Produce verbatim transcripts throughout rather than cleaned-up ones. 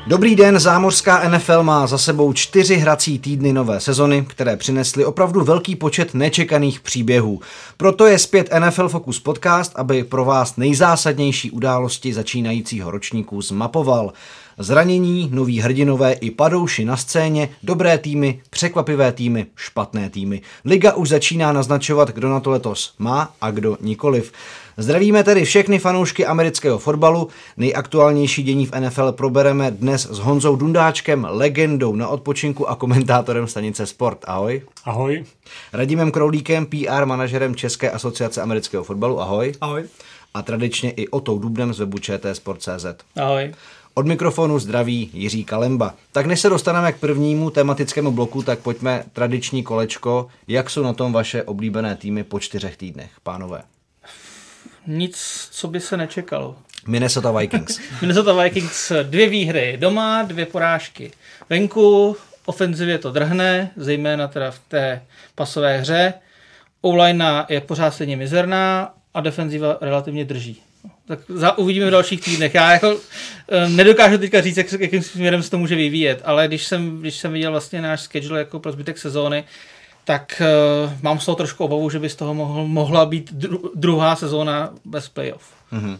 Dobrý den, zámořská N F L má za sebou čtyři hrací týdny nové sezony, které přinesly opravdu velký počet nečekaných příběhů. Proto je zpět N F L Focus podcast, aby pro vás nejzásadnější události začínajícího ročníku zmapoval. Zranění, noví hrdinové i padouši na scéně, dobré týmy, překvapivé týmy, špatné týmy. Liga už začíná naznačovat, kdo na to letos má a kdo nikoliv. Zdravíme tedy všechny fanoušky amerického fotbalu. Nejaktuálnější dění v N F L probereme dnes s Honzou Dundáčkem, legendou na odpočinku a komentátorem stanice Sport. Ahoj. Ahoj. Radimem Kroulíkem, P R manažerem České asociace amerického fotbalu. Ahoj. Ahoj. A tradičně i Otou Dubnem z webu Č T Sport tečka cé zet. Ahoj. Od mikrofonu zdraví Jiří Kalemba. Tak než se dostaneme k prvnímu tematickému bloku, tak pojďme tradiční kolečko. Jak jsou na tom vaše oblíbené týmy po čtyřech týdnech, pánové? Nic, co by se nečekalo. Minnesota Vikings. Minnesota Vikings, dvě výhry doma, dvě porážky venku, ofenzivě to drhne, zejména teda v té pasové hře. O-line je pořád stejně mizerná a defenziva relativně drží. Tak za, uvidíme v dalších týdnech. Já jako e, nedokážu teďka říct, jak, jakým směrem se to může vyvíjet, ale když jsem, když jsem viděl vlastně náš schedule jako pro zbytek sezóny, tak uh, mám z toho trošku obavu, že by z toho mohl, mohla být dru, druhá sezóna bez playoff. Mm-hmm.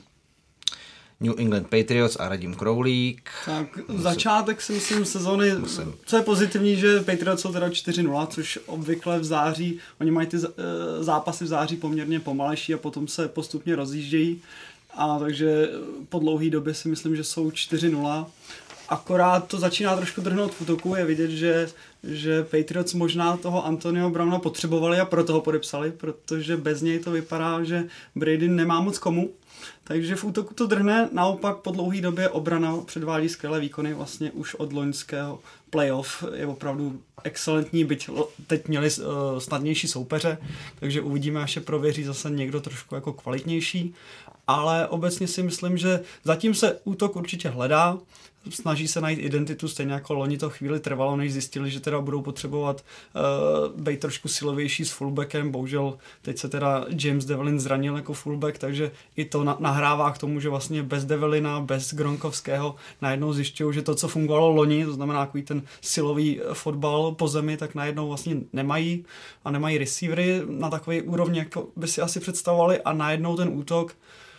New England Patriots a Radim Kroulík. Tak začátek si myslím sezóny, musím. Co je pozitivní, že Patriots jsou teda čtyři nula, což obvykle v září, oni mají ty zápasy v září poměrně pomalejší a potom se postupně rozjíždějí. A takže po dlouhé době si myslím, že jsou čtyři nula. Akorát to začíná trošku drhnout v útoku, je vidět, že, že Patriots možná toho Antonio Browna potřebovali a proto ho podepsali, protože bez něj to vypadá, že Brady nemá moc komu. Takže v útoku to drhne, naopak po dlouhé době obrana předvádí skvělé výkony, vlastně už od loňského playoff je opravdu excelentní, byť teď měli uh, snadnější soupeře, takže uvidíme, až je prověří zase někdo trošku jako kvalitnější, ale obecně si myslím, že zatím se útok určitě hledá, snaží se najít identitu, stejně jako loni to chvíli trvalo, než zjistili, že teda budou potřebovat uh, být trošku silovější s fullbackem, bohužel teď se teda James Devlin zranil jako fullback, takže i to na- nahrává k tomu, že vlastně bez Devlina, bez Gronkovského najednou zjišťují, že to, co fungovalo loni, to znamená takový ten silový fotbal po zemi, tak najednou vlastně nemají a nemají receivery na takový úrovni, jak by si asi představovali a najednou ten útok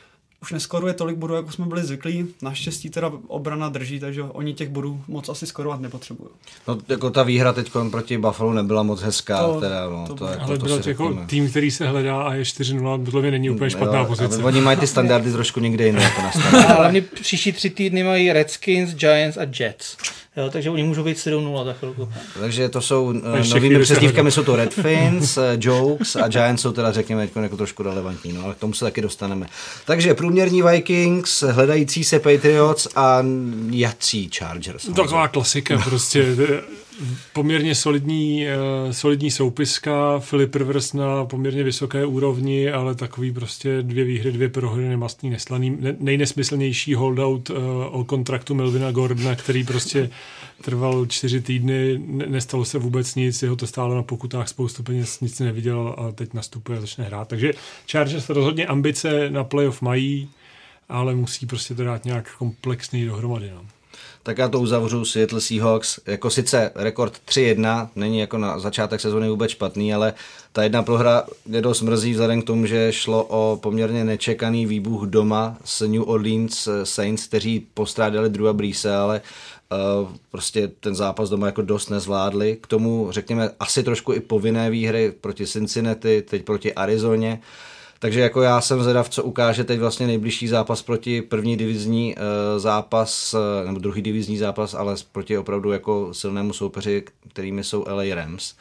už neskoruje tolik bodů, jako jsme byli zvyklí. Naštěstí teda obrana drží, takže oni těch bodů moc asi skorovat nepotřebují. No jako ta výhra teď proti Buffalo nebyla moc hezká. To, teda, no, to to, to jako, ale to byl jako tým, který se hledá a je čtyři nula, podle není úplně špatná jo, pozice. Oni mají ty standardy trošku někde jiné. Jako nastavené. Ale oni příští tři týdny mají Redskins, Giants a Jets. Jo, takže oni můžou být sedm nula za chvilku. Takže to jsou uh, novými přezdívkami, jsou to Redfins, uh, Jokes a Giants jsou teda řekněme jako trošku relevantní, no ale k tomu se taky dostaneme. Takže průměrní Vikings, hledající se Patriots a jací Chargers. Taková klasika prostě. Poměrně solidní, uh, solidní soupiska, Philip Rivers na poměrně vysoké úrovni, ale takový prostě dvě výhry, dvě prohry, nemastný, neslaný, ne, nejnesmyslnější holdout uh, o kontraktu Melvina Gordona, který prostě trval čtyři týdny, ne, nestalo se vůbec nic, jeho to stálo na pokutách spoustu peněz, nic neviděl a teď nastupuje a začne hrát. Takže Chargers rozhodně ambice na playoff mají, ale musí prostě to dát nějak komplexný dohromady. No. Tak já to uzavřu, Seattle Seahawks, jako sice rekord tři jedna, není jako na začátek sezóny vůbec špatný, ale ta jedna prohra je dost mrzí vzhledem k tomu, že šlo o poměrně nečekaný výbuch doma s New Orleans Saints, kteří postrádali Drewa Breese, ale uh, prostě ten zápas doma jako dost nezvládli. K tomu řekněme asi trošku i povinné výhry proti Cincinnati, teď proti Arizoně. Takže jako já jsem zvědav, co ukáže teď vlastně nejbližší zápas proti první divizní uh, zápas, uh, nebo druhý divizní zápas, ale proti opravdu jako silnému soupeři, kterými jsou L A Rams.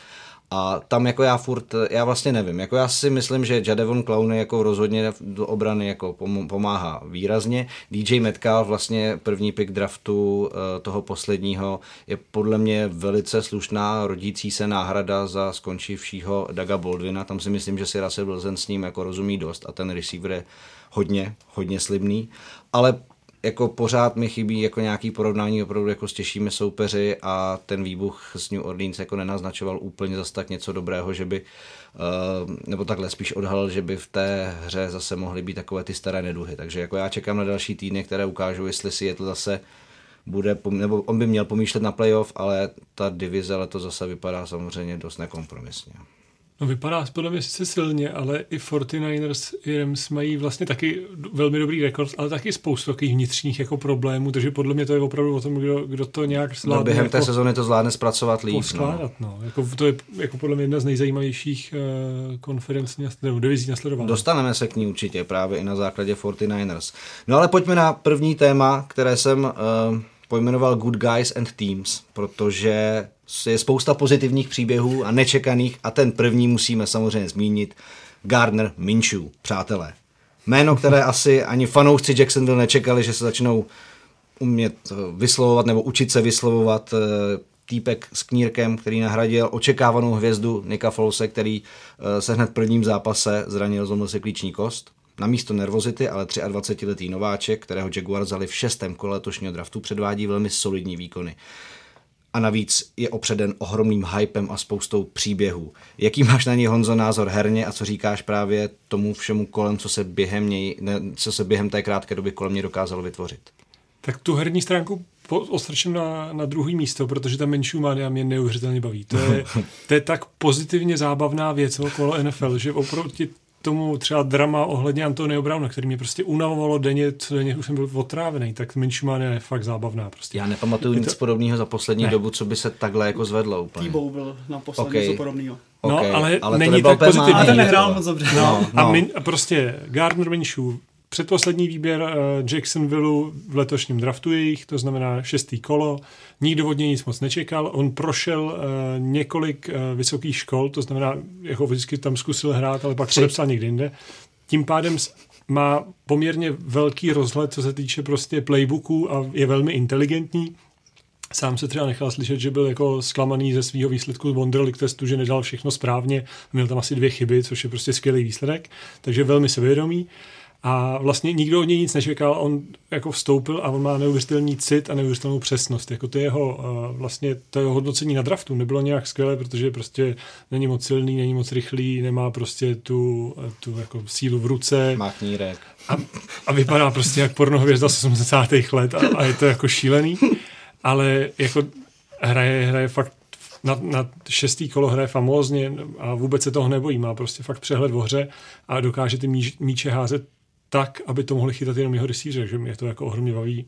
A tam jako já furt, já vlastně nevím, jako já si myslím, že Jadeveon Clowney jako rozhodně do obrany jako pomáhá výrazně. D J Metcalf, vlastně první pick draftu uh, toho posledního, je podle mě velice slušná rodící se náhrada za skončivšího Douga Baldwina. Tam si myslím, že si Russell Wilson s ním jako rozumí dost a ten receiver je hodně, hodně slibný. Ale jako pořád mi chybí jako nějaký porovnání opravdu jako s těžšími soupeři a ten výbuch z New Orleans jako nenaznačoval úplně zase tak něco dobrého, že by, uh, nebo takhle spíš odhalil, že by v té hře zase mohly být takové ty staré neduhy. Takže jako já čekám na další týdny, které ukážou, jestli Seattle zase bude, nebo on by měl pomýšlet na playoff, ale ta divize letos zase vypadá samozřejmě dost nekompromisně. No vypadá podle mě sice silně, ale i forty-niners i Rams mají vlastně taky velmi dobrý rekord, ale taky spoustu takových vnitřních jako problémů, takže podle mě to je opravdu o tom, kdo, kdo to nějak zvládne. No během jako té sezóny to zvládne zpracovat líp. Poskládat, no. no. Jako, to je jako podle mě jedna z nejzajímavějších uh, konferencí nebo divizí nasledování. Dostaneme se k ní určitě právě i na základě forty-niners. No ale pojďme na první téma, které jsem uh, pojmenoval Good Guys and Teams, protože je spousta pozitivních příběhů a nečekaných a ten první musíme samozřejmě zmínit. Gardner Minshew, přátelé. Jméno, které asi ani fanoušci Jacksonville nečekali, že se začnou umět vyslovovat nebo učit se vyslovovat. Týpek s knírkem, který nahradil očekávanou hvězdu Nicka Folese, který se hned v prvním zápase zranil, zlomil si klíční kost. Na místo nervozity, ale dvacetiletý nováček, kterého Jaguar vzali v šestém kole letošního draftu, předvádí velmi solidní výkony. A navíc je opředen ohromným hypem a spoustou příběhů. Jaký máš na něj, Honzo, názor herně a co říkáš právě tomu všemu kolem, co se během něj, ne, co se během té krátké doby kolem něj dokázalo vytvořit? Tak tu herní stránku ostrčím na, na druhý místo, protože ta Minshew mania mě neuvěřitelně baví. To je, to je tak pozitivně zábavná věc okolo N F L, že oproti tomu třeba drama ohledně Antonio Browna, který mě prostě unavovalo denně, co denně už jsem byl otrávený, tak Minshew mania je fakt zábavná. Prostě. Já nepamatuju nic to... podobného za poslední ne. dobu, co by se takhle jako zvedlo úplně. T-Bow byl na poslední okay. něco podobného. No, okay. ale, ale není tak pozitivní. A ten nehrál moc dobře. No, no. A, min, a prostě Gardner Minshew, předposlední výběr uh, Jacksonville v letošním draftu jejich, to znamená šestý kolo, nikdo od něj nic moc nečekal, on prošel uh, několik uh, vysokých škol, to znamená, jako vždycky tam zkusil hrát, ale pak podepsal někde jinde. Tím pádem má poměrně velký rozhled, co se týče prostě playbooků a je velmi inteligentní. Sám se třeba nechal slyšet, že byl jako zklamaný ze svého výsledku z Wonderlic testu, že nedal všechno správně, měl tam asi dvě chyby, což je prostě skvělý výsledek, takže velmi sebevědomý. A vlastně nikdo od něj nic nečekal, on jako vstoupil a on má neuvěřitelný cit a neuvěřitelnou přesnost. Jako to jeho, vlastně to jeho hodnocení na draftu nebylo nějak skvělé, protože prostě není moc silný, není moc rychlý, nemá prostě tu, tu jako sílu v ruce. Má knírek. A, a vypadá prostě jak pornohvězda z osmdesátých let a, a je to jako šílený. Ale jako hraje, hraje fakt na, na šestý kolo hraje famózně a vůbec se toho nebojí. Má prostě fakt přehled o hře a dokáže ty míč, míče házet tak, aby to mohli chytat jenom jeho receiver, že mě to jako ohromně baví.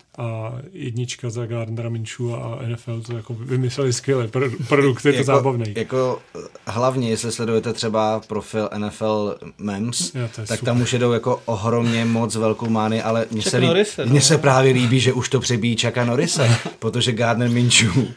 A jednička za Gardnera Minshew a N F L to jako vymysleli skvěle. Produkt je to jako, zábavný. Jako hlavně, jestli sledujete třeba profil N F L Memes, ja, tak super. tam už jedou jako ohromně moc velkou mány, ale mně se, líbí, Norrise, mně se právě líbí, že už to přebíjí Chucka Norrise, protože Gardner Minshew uh,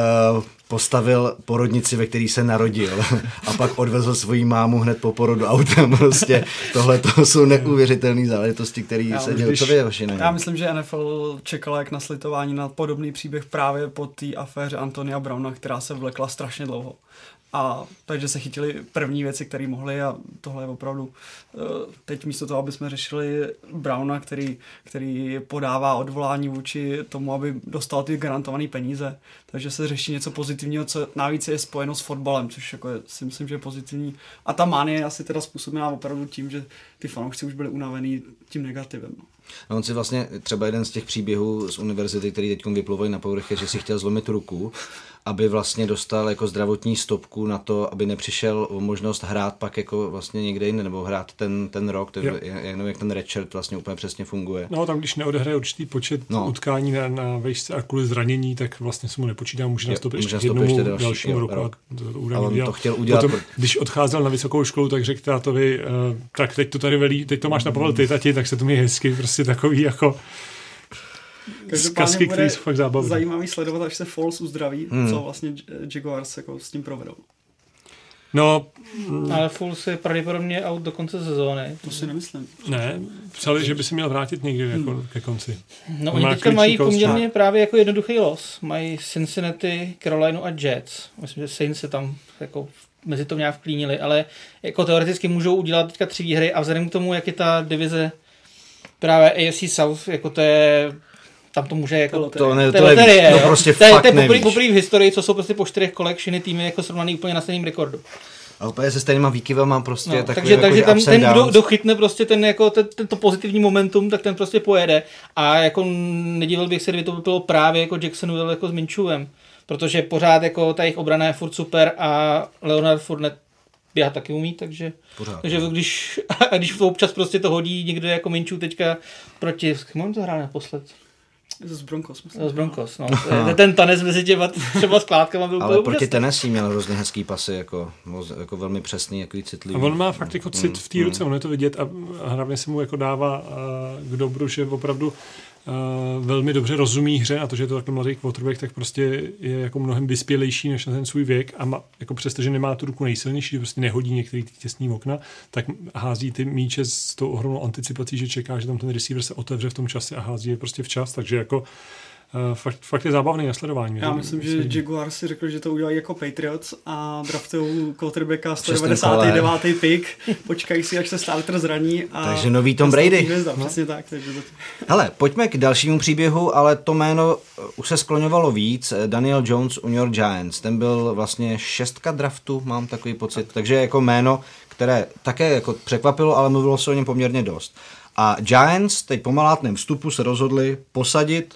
postavil porodnici, ve který se narodil a pak odvezl svoji mámu hned po porodu autem. Prostě tohle to jsou neuvěřitelné záležitosti, které se dějí. Co vy, Joši, ne? Já myslím, že N F L čekala jak na slitování na podobný příběh právě po té aféře Antonia Browna, která se vlekla strašně dlouho. A takže se chytili první věci, které mohli a tohle je opravdu teď místo toho, aby jsme řešili Browna, který, který podává odvolání vůči tomu, aby dostal ty garantované peníze. Takže se řeší něco pozitivního, co navíc je spojeno s fotbalem, což jako je, si myslím, že je pozitivní. A ta manie je asi teda způsobená opravdu tím, že ty fanoušci už byli unavený tím negativem. No on si vlastně třeba jeden z těch příběhů z univerzity, který teď vyplouvají na povrch, je, že si chtěl zlomit ruku, aby vlastně dostal jako zdravotní stopku na to, aby nepřišel o možnost hrát pak jako vlastně někde jinde, nebo hrát ten, ten rok, ten, jenom jak ten redshirt vlastně úplně přesně funguje. No tam, když neodehraje určitý počet no. utkání na, na vejšce a kvůli zranění, tak vlastně se mu nepočítá, může nastoupit ještě jednomu další, dalšímu jo, roku. Rok. A, a on to chtěl udělat. Potom, když odcházel na vysokou školu, tak řekl tátovi, uh, tak teď to tady velí, teď to máš na povel ty tati, tak se to mi hezky, prostě takový jako zkazky, které jsou fakt zábavné. Zajímavý sledovat, až se Foles uzdraví, hmm. co vlastně Jaguars jako s tím provedou. No, ale Foles je pravděpodobně out do konce sezóny. To si nemyslím. Ne, psali, že by se měl vrátit někdy hmm. jako ke konci. No oni teďka mají poměrně kost. Právě jako jednoduchý los. Mají Cincinnati, Carolinu a Jets. Myslím, že Saints se tam jako mezi to nějak vklínili, ale jako teoreticky můžou udělat teďka tři výhry a vzhledem k tomu, jak je ta divize právě A F C South, jako to je, tam to může jako, to, to, ne, to je loterie, no prostě to je, fakt to je nevíš. poprvé v historii, co jsou prostě po čtyřech kolech všechny týmy jako srovnaný úplně na stejném rekordu. A úplně se stejnýma výkyvem mám prostě no, takový takže, jako, takže tam ten, kdo, kdo chytne prostě ten, jako, ten, tento pozitivní momentum, tak ten prostě pojede. A jako nedivil bych se, kdyby to bylo právě jako Jacksonville jako s Minshewem. Protože pořád jako ta jejich obrana je furt super a Leonard Fournette běhat taky umí, takže, pořád, takže no. když, a když občas prostě to hodí někdo jako Minshew teďka proti, s kým to hrál naposled? Z Broncos. Myslím. Z Broncos, no. Ten tanec mezi těma třeba skládkama byl ale proti úžasný. Tennessee měl hrozně hezký pasy, jako, jako velmi přesný, jako citlivý. A on má fakt jako cit v té ruce, on je to vidět a hlavně se mu jako dává k dobru, že opravdu Uh, velmi dobře rozumí hře a to, že je to takhle mladý quarterback, tak prostě je jako mnohem vyspělejší než na ten svůj věk a má, jako přesto, že nemá tu ruku nejsilnější, že prostě nehodí některý ty těsný okna, tak hází ty míče s tou ohromnou anticipací, že čeká, že tam ten receiver se otevře v tom čase a hází je prostě včas, takže jako Uh, fakt, fakt je zábavný na sledování. Já myslím, že Jaguars si řekl, že to udělají jako Patriots a draftujou quarterbacka sto devadesátý devátý pick, počkají si, až se starter zraní. A takže nový Tom Brady. Hvězda, no. Přesně tak. Takže to... Hele, pojďme k dalšímu příběhu, ale to jméno už se skloňovalo víc. Daniel Jones u New York Giants, ten byl vlastně šestka draftu, mám takový pocit, takže jako jméno, které také jako překvapilo, ale mluvilo se o něm poměrně dost. A Giants teď po malátném vstupu se rozhodli posadit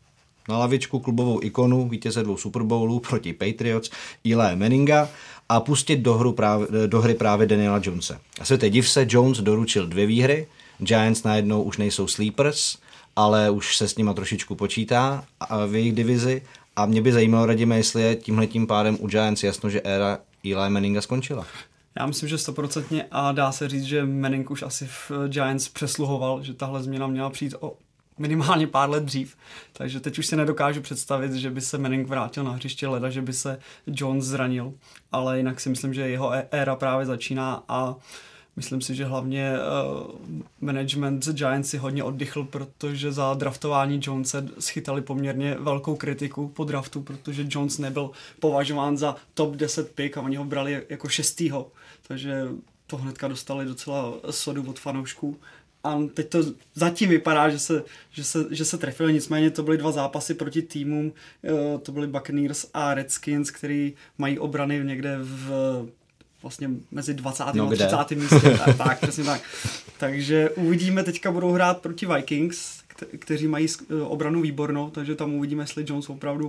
na lavičku klubovou ikonu, vítěze dvou Super Bowlů proti Patriots, Eli Manninga a pustit do, hru právě, do hry právě Daniela Jonese. A světe div se, Jones doručil dvě výhry, Giants najednou už nejsou sleepers, ale už se s nima trošičku počítá v jejich divizi a mě by zajímalo, Radime, jestli je tímhletím pádem u Giants jasno, že éra Eli Manninga skončila. Já myslím, že stoprocentně a dá se říct, že Manning už asi v Giants přesluhoval, že tahle změna měla přijít o minimálně pár let dřív, takže teď už si nedokážu představit, že by se Manning vrátil na hřiště leda, že by se Jones zranil, ale jinak si myslím, že jeho éra právě začíná a myslím si, že hlavně uh, management Giants si hodně oddychl, protože za draftování Jonese schytali poměrně velkou kritiku po draftu, protože Jones nebyl považován za top deset pick a oni ho brali jako šestýho, takže to hnedka dostali docela sodu od fanoušků. A teď to zatím vypadá, že se, že se, že se trefili, nicméně to byly dva zápasy proti týmům, to byly Buccaneers a Redskins, který mají obrany někde v vlastně mezi dvacátým no, a třicátým místě. Tak, tak, přesně tak. Takže uvidíme, teďka budou hrát proti Vikings, kteří mají obranu výbornou, takže tam uvidíme, jestli Jones opravdu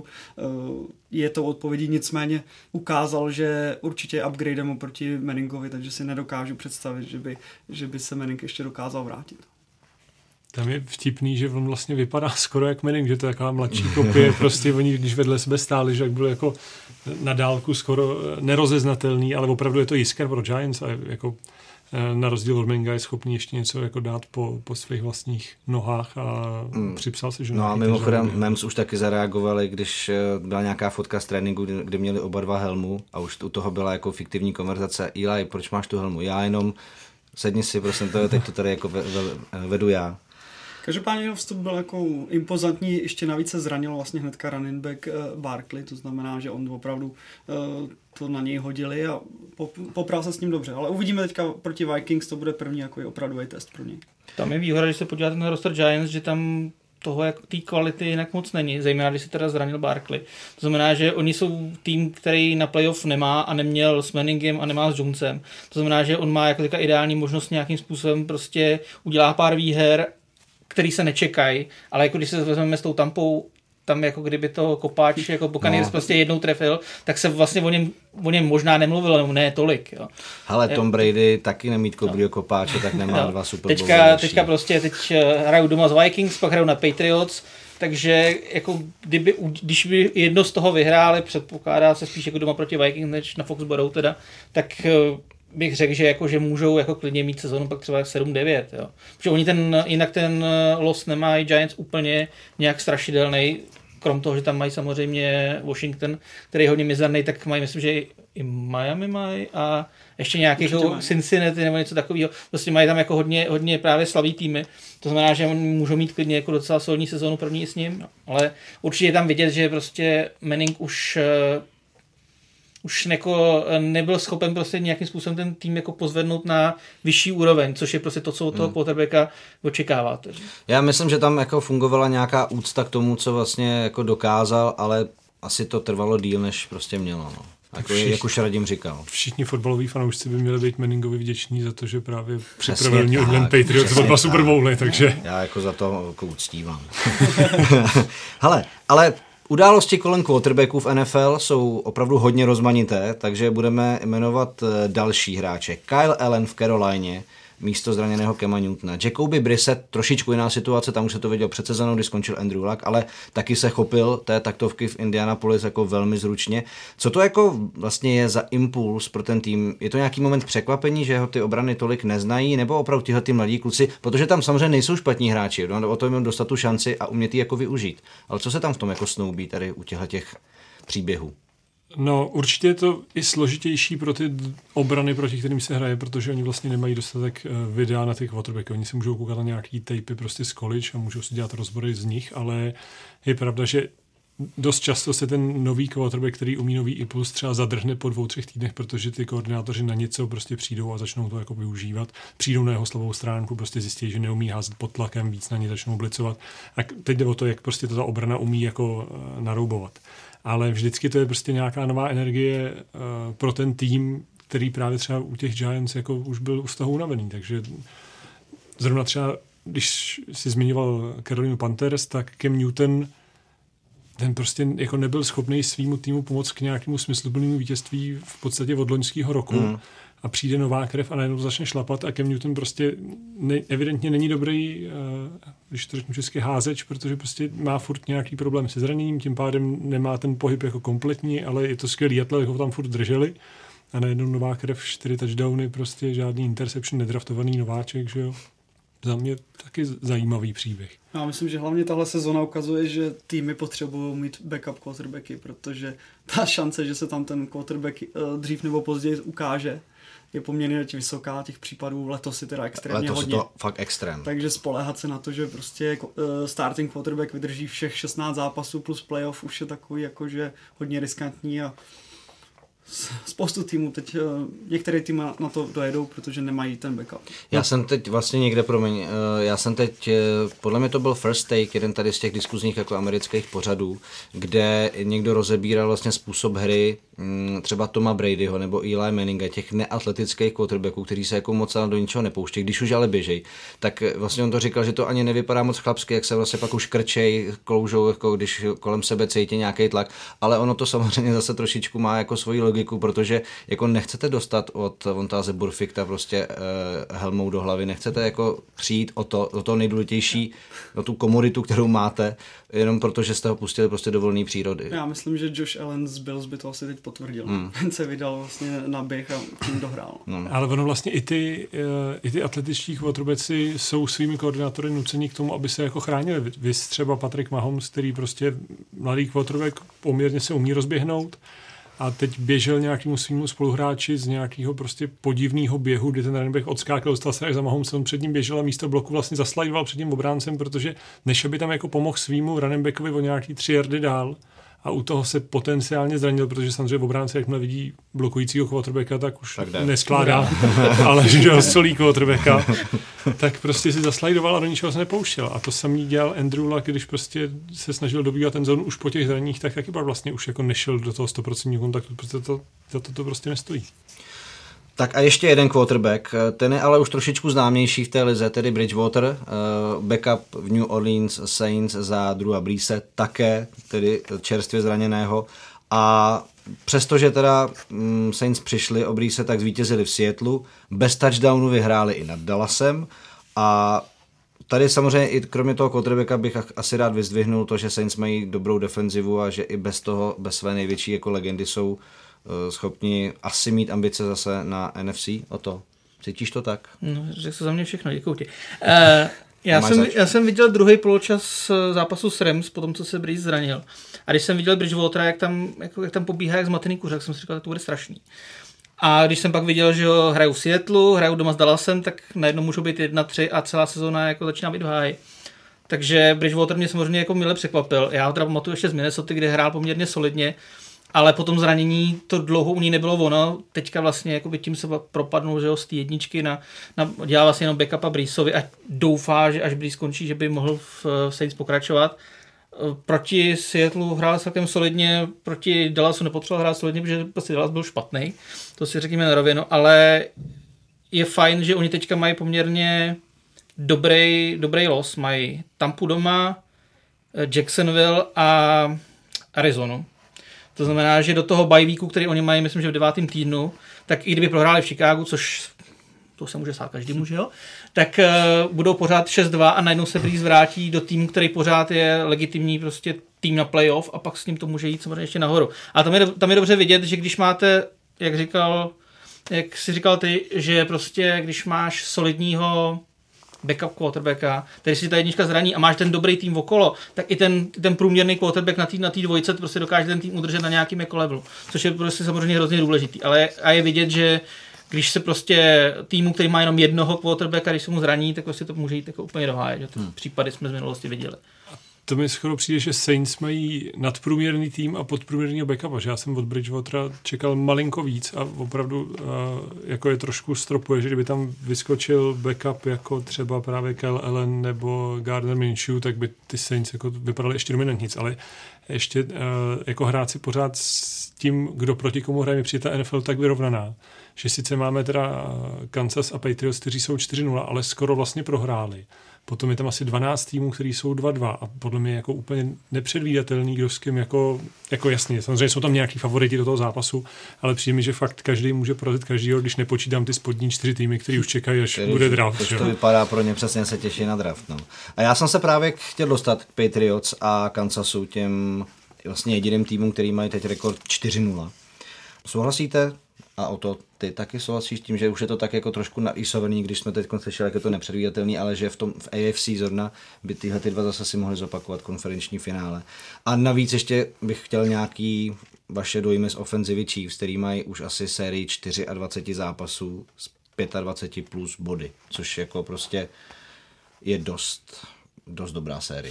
je tou odpovědí, nicméně ukázal, že určitě je upgradem oproti Manningovi, takže si nedokážu představit, že by, že by se Manning ještě dokázal vrátit. Tam je vtipný, že on vlastně vypadá skoro jak Manning, že to je taková mladší kopie, prostě oni, když vedle sebe stáli, že jak byl jako na dálku skoro nerozeznatelný, ale opravdu je to jiskr pro Giants a jako na rozdíl od Manninga je schopný ještě něco jako dát po, po svých vlastních nohách a mm. připsal se, že... No a mimochodem Mems už taky zareagovali, když byla nějaká fotka z tréninku, kdy, kdy měli oba dva helmu a už u toho byla jako fiktivní konverzace. Eli, proč máš tu helmu? Já jenom sedni si, prosím, to, teď to tady jako vedu já. Každopádně jeho vstup byl jako impozantní, ještě navíc se zranil vlastně hnedka running back uh, Barkley, to znamená, že on opravdu uh, to na něj hodili a popral se s ním dobře, ale uvidíme teďka proti Vikings, to bude první jako opravdový test pro něj. Tam je výhoda, když se podíváte na roster Giants, že tam toho jako té kvality jinak moc není, zejména když se teda zranil Barkley. To znamená, že oni jsou tým, který na playoff nemá a neměl s Manningem a nemá s Jonesem. To znamená, že on má jako taková ideální možnost nějakým způsobem prostě udělá pár výher, který se nečekají, ale jako když se vezmeme s tou Tampou, tam jako kdyby to kopáč jako Buccaneers no. prostě jednou trefil, tak se vlastně o něm, o něm možná nemluvilo, nebo ne tolik. Jo. Hele, Tom Brady taky nemít dobrýho kopáče, tak nemá no. dva Super Bowly. Teďka, teďka prostě teď hrajou doma z Vikings, pak hrajou na Patriots, takže jako kdyby, když by jedno z toho vyhráli, předpokládá se spíš jako doma proti Vikings než na Foxborough teda, tak bych řekl, že, jako, že můžou jako klidně mít sezonu pak třeba sedm devět. Jo. Protože oni ten, jinak ten los nemají Giants úplně nějak strašidelný, krom toho, že tam mají samozřejmě Washington, který je hodně mizerný, tak mají, myslím, že i Miami mají a ještě nějaký jako Cincinnati nebo něco takového. Prostě mají tam jako hodně, hodně právě slavý týmy. To znamená, že oni můžou mít klidně jako docela solidní sezonu první s ním. No. Ale určitě je tam vidět, že prostě Manning už už neko nebyl schopen prostě nějakým způsobem ten tým jako pozvednout na vyšší úroveň, což je prostě to, co od toho hmm. quarterbacka očekáváte. Já myslím, že tam jako fungovala nějaká úcta k tomu, co vlastně jako dokázal, ale asi to trvalo díl, než prostě mělo. No. jako, všichni, jak už Radim říkal. Všichni fotbaloví fanoušci by měli být Manningovi vděční za to, že právě připravil New England Patriots o dva Super Bowly, takže... Já jako za to jako uctívám. Hele, ale události kolem quarterbacků v N F L jsou opravdu hodně rozmanité, takže budeme jmenovat další hráče. Kyle Allen v Carolině, místo zraněného Cama Newtona. Jacoby Brissett, trošičku jiná situace, tam už se to viděl před sezónou, kdy skončil Andrew Luck, ale taky se chopil té taktovky v Indianapolis jako velmi zručně. Co to jako vlastně je za impuls pro ten tým? Je to nějaký moment překvapení, že ho ty obrany tolik neznají, nebo opravdu tyhle ty mladí kluci, protože tam samozřejmě nejsou špatní hráči, no, o to jim dostat tu šanci a umět ji jako využít. Ale co se tam v tom jako snoubí tady u těchto těch příběhů? No, určitě je to i složitější pro ty obrany, proti kterým se hraje, protože oni vlastně nemají dostatek videa na ty quarterbacky. Oni si můžou koukat na nějaký tapy prostě z college a můžou si dělat rozbory z nich, ale je pravda, že dost často se ten nový quarterback, který umí nový impuls, třeba zadrhne po dvou, třech týdnech, protože ty koordinátoři na něco prostě přijdou a začnou to jako využívat. Přijdou na jeho slabou stránku, prostě zjistí, že neumí házet pod tlakem, víc na ně začnou blicovat. A teď jde o to, jak prostě ta obrana umí jako naroubovat. Ale vždycky to je prostě nějaká nová energie uh, pro ten tým, který právě třeba u těch Giants jako už byl z toho unavený. Takže zrovna třeba, když si zmiňoval Carolina Panthers, tak Cam Newton ten prostě jako nebyl schopný svýmu týmu pomoct k nějakému smysluplnému vítězství v podstatě od loňského roku. Mm. A přijde nová krev a najednou začne šlapat a Cam Newton prostě ne, evidentně není dobrý, uh, když to řeknu česky, házeč, protože prostě má furt nějaký problém se zraněním, tím pádem nemá ten pohyb jako kompletní, ale je to skvělý atlet, ho tam furt drželi a najednou nová krev, čtyři touchdowny, prostě žádný interception, nedraftovaný nováček, že jo. Za mě taky zajímavý příběh. Já myslím, že hlavně tahle sezona ukazuje, že týmy potřebují mít backup quarterbacky, protože ta šance, že se tam ten quarterback uh, dřív nebo později ukáže, je poměrně vysoká, těch případů letos je teda extrémně letos hodně. Letos je to fakt extrém. Takže spoléhat se na to, že prostě uh, starting quarterback vydrží všech šestnáct zápasů plus playoff, už je takový jakože hodně riskantní a spoustu týmů teď, uh, některé týmy na to dojedou, protože nemají ten backup. Já no. jsem teď vlastně někde, promiň, uh, já jsem teď, uh, podle mě to byl First Take, jeden tady z těch diskuzních jako amerických pořadů, kde někdo rozebíral vlastně způsob hry um, třeba Toma Bradyho nebo Eli Manninga, těch neatletických quarterbacků, kteří se jako moc do ničeho nepouštějí, když už ale běžej. Tak vlastně on to říkal, že to ani nevypadá moc chlapsky, jak se vlastně pak už krčej, kloužou, jako když kolem sebe cítí nějaký tlak, ale ono to samozřejmě zase trošičku má jako svoji logiku, protože jako nechcete dostat od Vontáze Burficta prostě uh, helmou do hlavy, nechcete jako přijít o to, o to nejdůležitější, o tu komoditu, kterou máte, jenom protože jste ho pustili prostě do volné přírody. Já myslím, že Josh Allen z Bills by to asi teď potvrdil. Hmm. Ten se vydal vlastně na běh a tím dohrál. No. Ale ono vlastně i ty, i ty atletičtí quarterbacki jsou svými koordinátory nuceni k tomu, aby se jako chránili. Vys třeba Patrick Mahomes, který prostě mladý quarterback poměrně se umí rozběhnout, a teď běžel nějakému svýmu spoluhráči z nějakého prostě podivného běhu, kdy ten running back odskákal, dostal se až za Mahomesem, před ním běžel a místo bloku vlastně zaslajdoval před tím obráncem, protože než by tam jako pomohl svýmu running backovi o nějaký tři yardy dál a u toho se potenciálně zranil, protože samozřejmě obránce, jakmile vidí blokujícího quarterbacka, tak už tak neskládá, ale že ho solí quarterbacka, tak prostě si zaslajdoval a do ničeho se nepouštěl. A to samý dělal Andrew Luck, když prostě se snažil dobývat ten zónu už po těch zraních, tak taky vlastně už jako nešel do toho sto procent kontaktu, protože to, to, to, to prostě nestojí. Tak a ještě jeden quarterback, ten je ale už trošičku známější v té lize, tedy Bridgewater, backup v New Orleans Saints za Drewa Breese, také tedy čerstvě zraněného. A přestože teda Saints přišli o Breese, tak zvítězili v Seattlu, bez touchdownu vyhráli i nad Dallasem a tady samozřejmě i kromě toho quarterbacka bych asi rád vyzdvihnul to, že Saints mají dobrou defenzivu a že i bez toho, bez své největší jako legendy jsou schopni asi mít ambice zase na N F C. O to. Cítíš to tak? No, řekl to za mě všechno, děkuju ti. Uh, já, jsem, já jsem viděl druhý poločas zápasu s Rams, potom co se Breeze zranil. A když jsem viděl Bridgewatera, jak tam, jako, jak tam pobíhá jak zmatený kuřák, jsem si říkal, že to bude strašný. A když jsem pak viděl, že ho hrajou v Seattlu, hrajou doma s Dallasem, tak najednou můžou být jedna tři a celá sezóna jako začíná být v háji. Takže Bridgewater mě samozřejmě jako mile překvapil. Já ho teda pamatuju ještě z Minnesota, kde hrál poměrně solidně, ale po tom zranění to dlouho u ní nebylo ono. Teďka vlastně jako by tím se propadnul, že jo, z té jedničky na, na dělá vlastně jenom backupa Breesovi a doufá, že až Brees skončí, že by mohl v, v Saints pokračovat. Proti Seattleu hrál celkem solidně, proti Dallasu nepotřeboval hrát solidně, protože prostě Dallas byl špatný, to si řekněme na rovinu, ale je fajn, že oni teďka mají poměrně dobrý, dobrý los, mají Tampu doma, Jacksonville a Arizonu. To znamená, že do toho bye weeku, který oni mají, myslím, že v devátém týdnu, tak i kdyby prohráli v Chicagu, což to se může stát každému, že jo, tak uh, budou pořád šest dva a najednou se Breeze vrátí do týmu, který pořád je legitimní prostě tým na playoff a pak s ním to může jít samozřejmě ještě nahoru. A tam je, tam je dobře vidět, že když máte, jak říkal, jak jsi říkal ty, že prostě když máš solidního backup quarterbacka, který si ta jednička zraní a máš ten dobrý tým okolo, tak i ten, ten průměrný quarterback na té na dvojce prostě dokáže ten tým udržet na nějakým jako levelu, což je prostě samozřejmě hrozně důležitý. Ale a je vidět, že když se prostě týmu, který má jenom jednoho quarterbacka, když se mu zraní, tak prostě to může jít jako úplně dohájet. Že ty hmm. případy jsme z minulosti viděli. To mi skoro přijde, že Saints mají nadprůměrný tým a podprůměrného backupa, že já jsem od Bridgewatera čekal malinko víc a opravdu uh, jako je trošku stropuje, že kdyby tam vyskočil backup jako třeba právě Kyle Allen nebo Gardner Minshew, tak by ty Saints jako vypadaly ještě dominantnic, ale ještě uh, jako hrát si pořád s tím, kdo proti komu hraje, mi přijde ta N F L tak vyrovnaná, že sice máme teda Kansas a Patriots, kteří jsou čtyři nula, ale skoro vlastně prohráli. Potom je tam asi dvanáct týmů, který jsou dva dva a podle mě jako úplně nepředvídatelný, kdo s kým jako, jako jasně. Samozřejmě jsou tam nějaký favoriti do toho zápasu, ale přijde mi, že fakt každý může porazit každýho, když nepočítám ty spodní čtyři týmy, který už čekají, až který, bude draft. To vypadá pro ně, přesně se těší na draft. No. A já jsem se právě chtěl dostat k Patriots a Kansasu, těm vlastně jediným týmům, který mají teď rekord čtyři nula. Souhlasíte? A o to ty taky souhlasíš s tím, že už je to tak jako trošku narýsovaný, když jsme teď slyšeli, jak je to nepředvídatelný, ale že v tom v A F C zrovna by tyhle ty dva zase si mohli zopakovat konferenční finále. A navíc ještě bych chtěl nějaký vaše dojmy z ofenzivy Chiefs, který mají už asi sérii dvacet čtyři zápasů z dvacet pět plus body, což jako prostě je dost, dost dobrá série.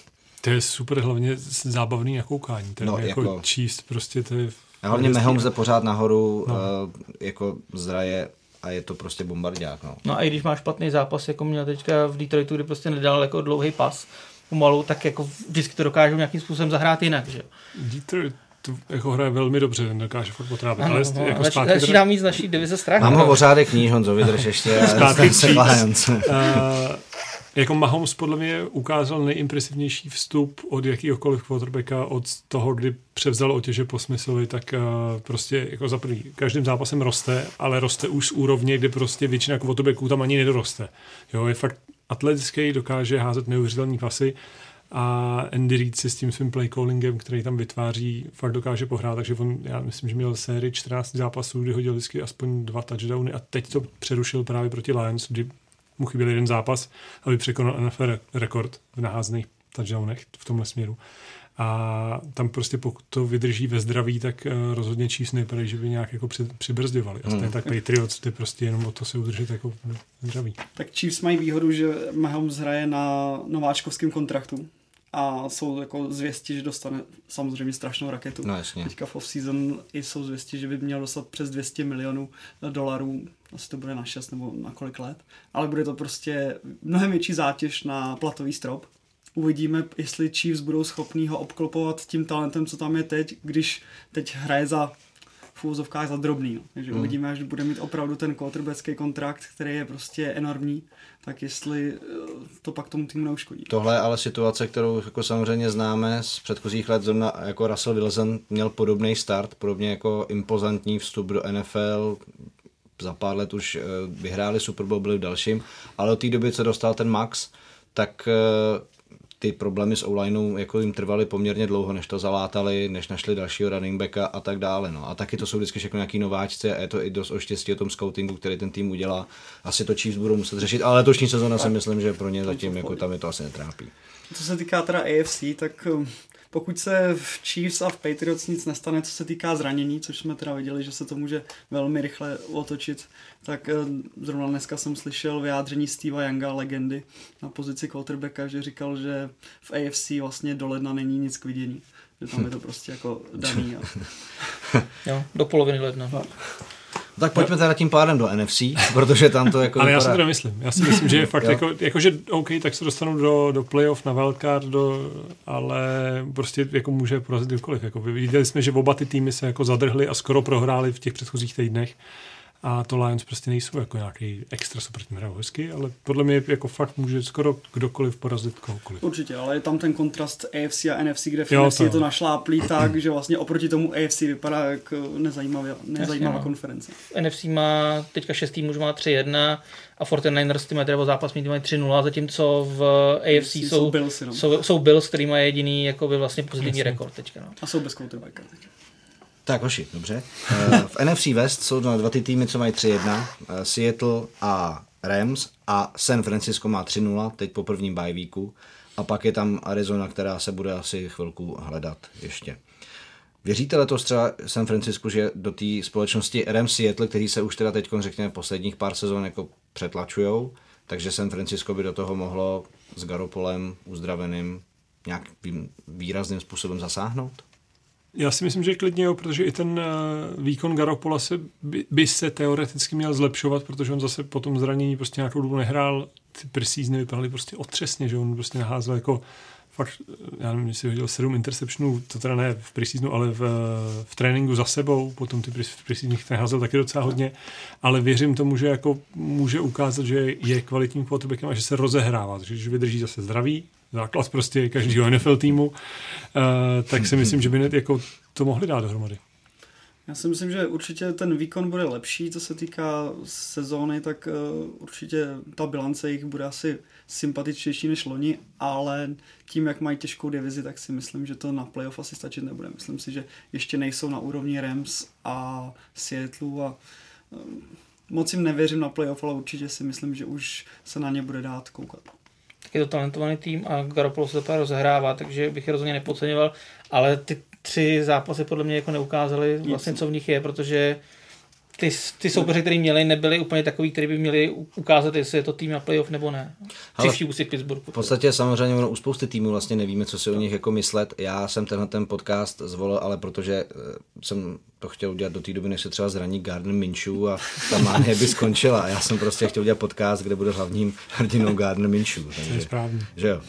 To je super, hlavně zábavný na koukání. No, jako, jako Chiefs prostě to je... A hlavně Mahomes jde pořád nahoru, no. uh, jako zraje a je to prostě bombardiák. No. no a i když máš špatný zápas, jako měl teďka v Detroitu, kde prostě nedal jako dlouhý pas pomalu, tak jako vždycky to dokážou nějakým způsobem zahrát jinak, že jo. Detroit to jako hraje velmi dobře, ten dokáže fakt potrápit. Ano, ale no, jako zač, zpátky... Začínám mít z naší divize strach. Mám ho pořádek kníž, Honzo, vydrž ještě. Zpátky Chiefs. uh, jako Mahomes podle mě ukázal nejimpresivnější vstup od jakýhokoliv quarterbacka od toho, kdy převzal otěže po Smithovi, tak uh, prostě jako za první, každým zápasem roste, ale roste už z úrovně, kde prostě většina quarterbacků tam ani nedoroste. Jo, je fakt atletický, dokáže házet neuvěřitelný pasy a Andy Reid si s tím svým play callingem, který tam vytváří, fakt dokáže pohrát, takže on, já myslím, že měl sérii čtrnáct zápasů, kdy hodil vždycky aspoň dva touchdowny a teď to přerušil právě proti Lions, kdy mu chyběl jeden zápas, aby překonal N F L rekord v naházených touchdownech v tomhle směru. A tam prostě pokud to vydrží ve zdraví, tak uh, rozhodně Chiefs nejpadají, že by nějak jako při, přibrzděvali. A stejně hmm. tak Patriots, ty prostě jenom o to se udržet jako zdraví. Tak Chiefs mají výhodu, že Mahomes hraje na nováčkovském kontraktu a jsou jako zvěsti, že dostane samozřejmě strašnou raketu. No, jasně. Teďka v off-season jsou zvěsti, že by měl dostat přes dvě stě milionů dolarů, asi to bude na šest nebo na kolik let, ale bude to prostě mnohem větší zátěž na platový strop. Uvidíme, jestli Chiefs budou schopní ho obklopovat tím talentem, co tam je teď, když teď hraje za v úvozovkách za drobný. No. Takže hmm. uvidíme, až bude mít opravdu ten quarterbacký kontrakt, který je prostě enormní, tak jestli to pak tomu týmu neuškodí. Tohle je ale situace, kterou jako samozřejmě známe z předchozích let, zrovna jako Russell Wilson měl podobný start, podobně jako impozantní vstup do N F L, za pár let už vyhráli Super Bowl, byli v dalším, ale od té doby, co dostal ten max, tak ty problémy s O-lineou jako jim trvaly poměrně dlouho, než to zalátali, než našli dalšího running backa a tak dále. No. A taky to jsou vždycky všechno nějaký nováčci a je to i dost o štěstí o tom scoutingu, který ten tým udělá. Asi to Chiefs budou muset řešit, ale letošní sezona si myslím, že pro ně zatím jako tam je to asi netrápí. Co se týká teda A F C, tak pokud se v Chiefs a v Patriots nic nestane, co se týká zranění, což jsme teda viděli, že se to může velmi rychle otočit, tak zrovna dneska jsem slyšel vyjádření Steva Younga, legendy, na pozici quarterbacka, že říkal, že v A F C vlastně do ledna není nic k vidění. Že tam je to prostě jako daný. A... jo, do poloviny ledna. Tak pojďme teda tím pádem do N F C, protože tam to jako Ale vypadá... já si to nemyslím. Já si myslím, že je fakt jako, jako, že OK, tak se dostanou do, do playoff na wildcard, do, ale prostě jako může porazit kdokoliv. Jako viděli jsme, že oba ty týmy se jako zadrhly a skoro prohráli v těch předchozích týdnech. A to Lions prostě nejsou jako nějaký extra super tým, hrajou hezky, ale podle mě jako fakt může skoro kdokoliv porazit kohokoliv. Určitě, ale je tam ten kontrast A F C a N F C, kde v N F C je to našláplý tak, že vlastně oproti tomu A F C vypadá jako nezajímavá, nezajímavá Jasně, konference. N F C má teďka šest týmů, už má tři jedna a forty-niners ty mají teda zápas mít mají tři nula, zatímco v A F C jsou, jsou, Bills, no. jsou, jsou Bills, který má jediný jakoby vlastně pozitivní Jasně. rekord teďka. No. A jsou bez quarterbacka teď. Tak hoši, dobře. V N F C West jsou dva ty týmy, co mají tři jedna. Seattle a Rams a San Francisco má tři nula, teď po prvním bye weeku. A pak je tam Arizona, která se bude asi chvilku hledat ještě. Věříte letos třeba San Francisco, že do té společnosti Rams Seattle, který se už teda teď řekněme posledních pár sezon jako přetlačujou, takže San Francisco by do toho mohlo s Garoppolem uzdraveným nějakým výrazným způsobem zasáhnout? Já si myslím, že klidně jo, protože i ten výkon Garoppola se by, by se teoreticky měl zlepšovat, protože on zase po tom zranění prostě nějakou dobu nehrál, ty preseasony vypadaly prostě otřesně, že on prostě naházel jako fakt, já nevím, jestli hodil sedm interceptionů, to teda ne v preseasonu, ale v, v tréninku za sebou, potom ty v preseasonech naházel taky docela hodně, ale věřím tomu, že jako může ukázat, že je kvalitním quarterbackem a že se rozehrává, že když vydrží zase zdraví, základ prostě každého N F L týmu, uh, tak si myslím, že by ne, jako to mohli dát dohromady. Já si myslím, že určitě ten výkon bude lepší, co se týká sezóny, tak uh, určitě ta bilance jich bude asi sympatičtější než loni, ale tím, jak mají těžkou divizi, tak si myslím, že to na playoff asi stačit nebude. Myslím si, že ještě nejsou na úrovni Rams a Seattle a uh, moc jim nevěřím na playoff, ale určitě si myslím, že už se na ně bude dát koukat. Tak je to talentovaný tým a Garoppolo se to rozehrává, takže bych je rozhodně nepodceňoval, ale ty tři zápasy podle mě jako neukázaly vlastně, co v nich je, protože ty, ty soupeři, který měli, nebyli úplně takový, který by měli ukázat, jestli je to tým na playoff nebo ne. Při vší Pittsburghu. V podstatě samozřejmě ono, u spousty týmů vlastně nevíme, co si o nich jako myslet. Já jsem tenhle ten podcast zvolil, ale protože jsem to chtěl udělat do té doby, než se třeba zraní Gardner Minshew a ta mánie by skončila. Já jsem prostě chtěl udělat podcast, kde bude hlavním hrdinou Gardner Minshew. Takže, to je správně. Že jo.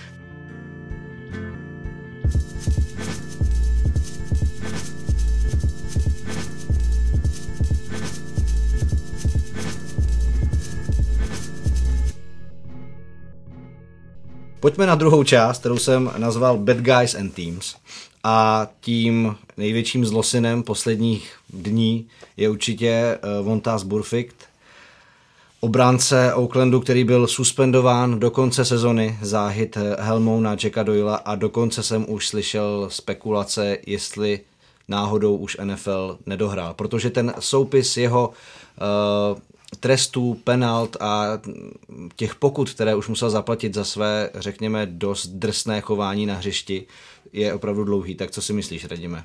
Pojďme na druhou část, kterou jsem nazval Bad Guys and Teams. A tím největším zlosinem posledních dní je určitě Vontaze Burfict, obránce Oaklandu, který byl suspendován do konce sezony za hit helmou na Jacka Doyla a dokonce jsem už slyšel spekulace, jestli náhodou už N F L nedohrál, protože ten soupis jeho uh, trestů, penalt a těch pokut, které už musel zaplatit za své, řekněme, dost drsné chování na hřišti, je opravdu dlouhý. Tak co si myslíš, Radime?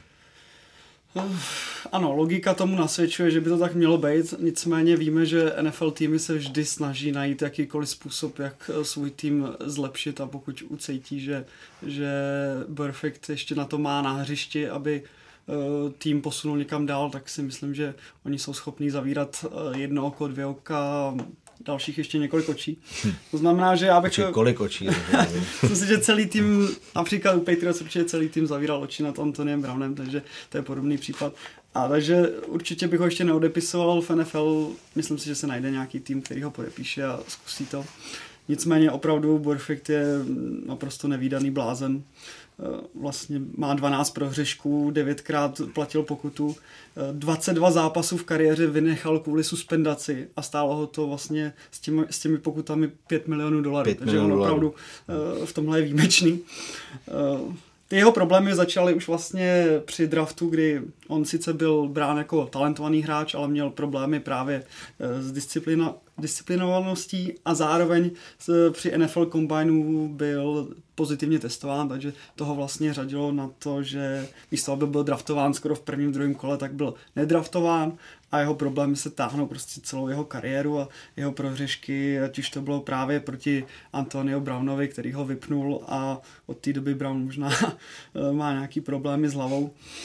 Ano, logika tomu nasvědčuje, že by to tak mělo být, nicméně víme, že N F L týmy se vždy snaží najít jakýkoliv způsob, jak svůj tým zlepšit a pokud ucítí, že, že Burfict ještě na to má na hřišti, aby tým posunul někam dál, tak si myslím, že oni jsou schopní zavírat jedno oko, dvě oka, dalších ještě několik očí. To znamená, že já bych... Či kolik očí? Myslím si, že celý tým, například u Patriots určitě celý tým zavíral oči nad Antoniem Brownem, takže to je podobný případ. A takže určitě bych ho ještě neodepisoval v N F L. Myslím si, že se najde nějaký tým, který ho podepíše a zkusí to. Nicméně opravdu Burfict je naprosto nevídaný blázen. Vlastně má dvanáct prohřešků, devětkrát platil pokutu, dvacet dva zápasů v kariéře vynechal kvůli suspendaci a stálo ho to vlastně s těmi, s těmi pokutami pět milionů dolarů. pět Takže milionů on opravdu dolarů. V tomhle je výjimečný. Ty jeho problémy začaly už vlastně při draftu, kdy on sice byl brán jako talentovaný hráč, ale měl problémy právě s disciplina, disciplinovaností a zároveň při N F L Combineu byl pozitivně testován, takže toho vlastně řadilo na to, že místo aby byl draftován skoro v prvním, druhém kole, tak byl nedraftován a jeho problémy se táhnou prostě celou jeho kariéru a jeho prohřešky, ať už to bylo právě proti Antonio Brownovi, který ho vypnul a od té doby Brown možná má nějaký problémy s hlavou.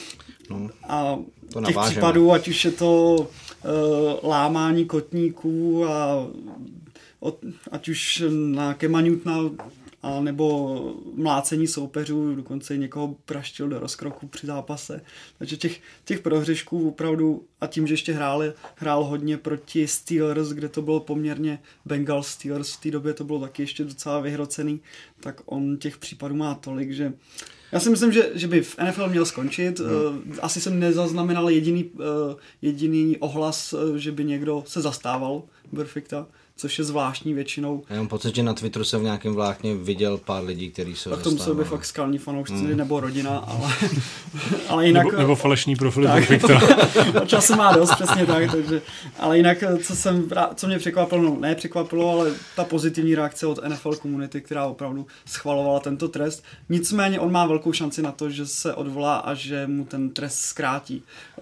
No, a to těch navážeme. případů, ať už je to uh, lámání kotníků a od, ať už na Kema Newtona a nebo mlácení soupeřů, dokonce i někoho praštil do rozkroku při zápase. Takže těch, těch prohřešků opravdu, a tím, že ještě hráli, hrál hodně proti Steelers, kde to bylo poměrně Bengals Steelers, v té době to bylo taky ještě docela vyhrocený, tak on těch případů má tolik, že já si myslím, že, že by v N F L měl skončit. Hmm. Asi jsem nezaznamenal jediný, jediný ohlas, že by někdo se zastával Burficta, což je zvláštní většinou. Já mám pocit, že na Twitteru jsem v nějakém vlákně viděl pár lidí, kteří se tak to musel by fakt skalní fanoušci mm. nebo rodina, ale, ale jinak... Nebo, nebo falešný profil Burficta. Čas má dost, přesně tak, takže, ale jinak, co, jsem, co mě překvapilo, no ne překvapilo, ale ta pozitivní reakce od N F L komunity, která opravdu schvalovala tento trest. Nicméně on má velkou šanci na to, že se odvolá a že mu ten trest zkrátí.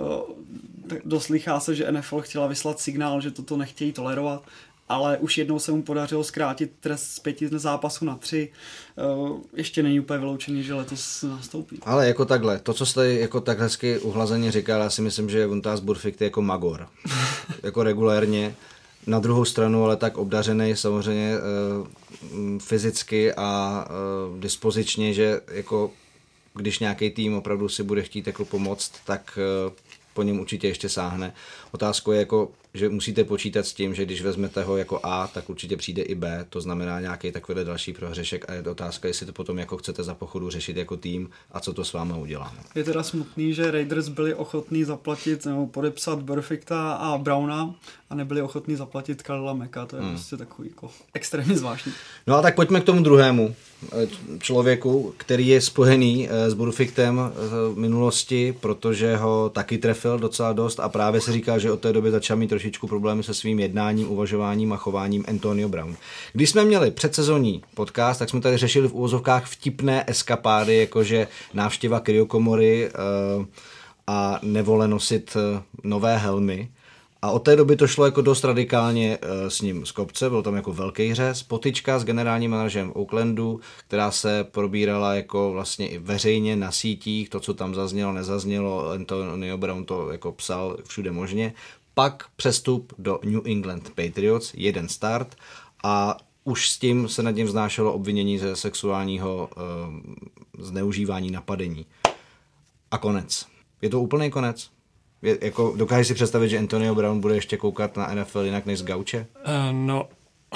Doslýchá se, že N F L chtěla vyslat signál, že toto nechtějí tolerovat, ale už jednou se mu podařilo zkrátit trest z pěti zápasů na tři. Ještě není úplně vyloučený, že letos nastoupí. Ale jako takhle, to, co jste jako tak hezky uhlazeně říkal, já si myslím, že Vontaze Burfict je jako magor. Jako regulérně. Na druhou stranu, ale tak obdařený samozřejmě uh, fyzicky a uh, dispozičně, že jako když nějaký tým opravdu si bude chtít jako pomoct, tak uh, po něm určitě ještě sáhne. Otázkou je jako, že musíte počítat s tím, že když vezmete ho jako A, tak určitě přijde i B, to znamená nějaký takovýhle další prohřešek a je to otázka, jestli to potom jako chcete za pochodu řešit jako tým a co to s váma udělá. Je teda smutný, že Raiders byli ochotní zaplatit nebo podepsat Burficta a Browna a nebyli ochotní zaplatit Khalila Macka, to je hmm. prostě takový jako extrémně zvláštní. No a tak pojďme k tomu druhému člověku, který je spojený s Burfictem v minulosti, protože ho taky trefil docela dost a právě se říká, že od té doby začal mít trošičku problémy se svým jednáním, uvažováním a chováním Antonio Brown. Když jsme měli předsezonní podcast, tak jsme tady řešili v úvozovkách vtipné eskapády, jakože návštěva kryokomory uh, a nevole nosit uh, nové helmy. A od té doby to šlo jako dost radikálně uh, s ním z kopce, byl tam jako velký řez, potyčka s generálním manažerem Oaklandu, která se probírala jako vlastně i veřejně na sítích, to, co tam zaznělo, nezaznělo, Antonio Brown to jako psal všude možně. Pak přestup do New England Patriots, jeden start a už s tím se nad ním vznášelo obvinění ze sexuálního uh, zneužívání, napadení. A konec. Je to úplný konec? Je, jako, dokážeš si představit, že Antonio Brown bude ještě koukat na N F L jinak než z gauče? Uh, no,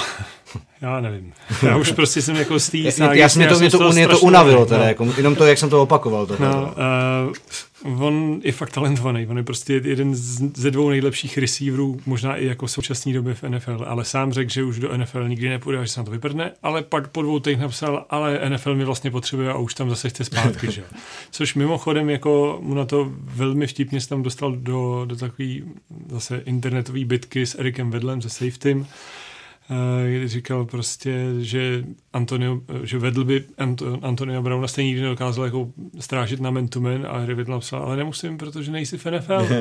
já nevím. Já už prostě jsem jako z té Já mě to, mě to, mě to unavilo, teda, jako, jenom to, jak jsem to opakoval. To no, uh, on je fakt talentovaný, on je prostě jeden z, ze dvou nejlepších receiverů, možná i jako v současné době v N F L, ale sám řekl, že už do N F L nikdy nepůjde, že se na to vyprdne, ale pak po dvou týdnech napsal, ale N F L mi vlastně potřebuje a už tam zase chce zpátky, že? Což mimochodem jako mu na to velmi vtipně se tam dostal do, do takový zase internetový bitky s Ericem Wedlem ze Safetym, kdy říkal prostě, že Antonio, že vedl by Anto, Antonio Browna stejně nikdy nedokázal jako strážit na man-to-man a Harry Wedl napsal, ale nemusím, protože nejsi v N F L.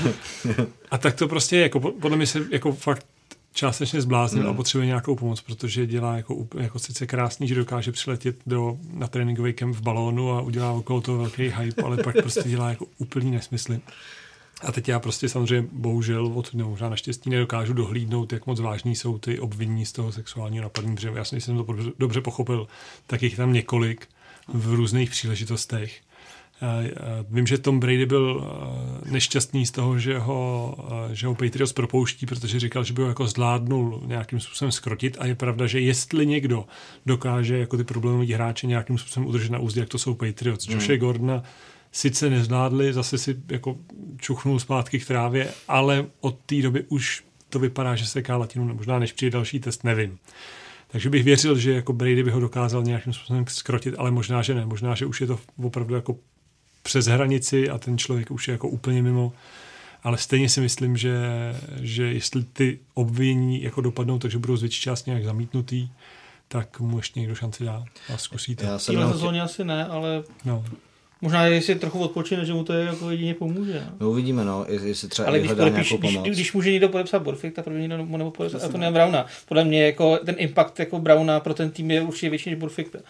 A tak to prostě jako, podle mě se jako fakt částečně zbláznil mm. a potřebuje nějakou pomoc, protože dělá jako, jako sice krásný, že dokáže přiletět do, na tréninkový kemp v balónu a udělá okolo toho velký hype, ale pak prostě dělá jako úplný nesmysly. A teď já prostě samozřejmě bohužel od no, možná naštěstí nedokážu dohlídnout, jak moc vážný jsou ty obvinění z toho sexuálního napadení, protože já jsem to dobře pochopil, tak jich tam několik v různých příležitostech. Vím, že Tom Brady byl nešťastný z toho, že ho, že ho Patriots propouští, protože říkal, že by ho jako zvládnul nějakým způsobem skrotit a je pravda, že jestli někdo dokáže jako ty problémový hráče nějakým způsobem udržet na úzdě, jak to jsou Patriots. Hmm. Joshe Gordona sice nezvládli, zase si jako čuchnul zpátky k trávě, ale od té doby už to vypadá, že seká latinu, možná než přijde další test, nevím. Takže bych věřil, že jako Brady by ho dokázal nějakým způsobem skrotit, ale možná, že ne. Možná, že už je to opravdu jako přes hranici a ten člověk už je jako úplně mimo. Ale stejně si myslím, že, že jestli ty obvinění jako dopadnou, takže budou z větší část nějak zamítnutý, tak mu ještě někdo šanci dá a zkusí to. V téhle sezóně asi ne, ale no. Možná jestli trochu odpočine, že mu to je jako jedině pomůže. No uvidíme, no, jestli třeba ale hledá nějakou pomoc. Když, když může někdo podepsat Burficta, proč někdo mu nebo podepsat Antonia Browna. Podle mě jako ten impact jako Browna pro ten tým je určitě větší než Burficta.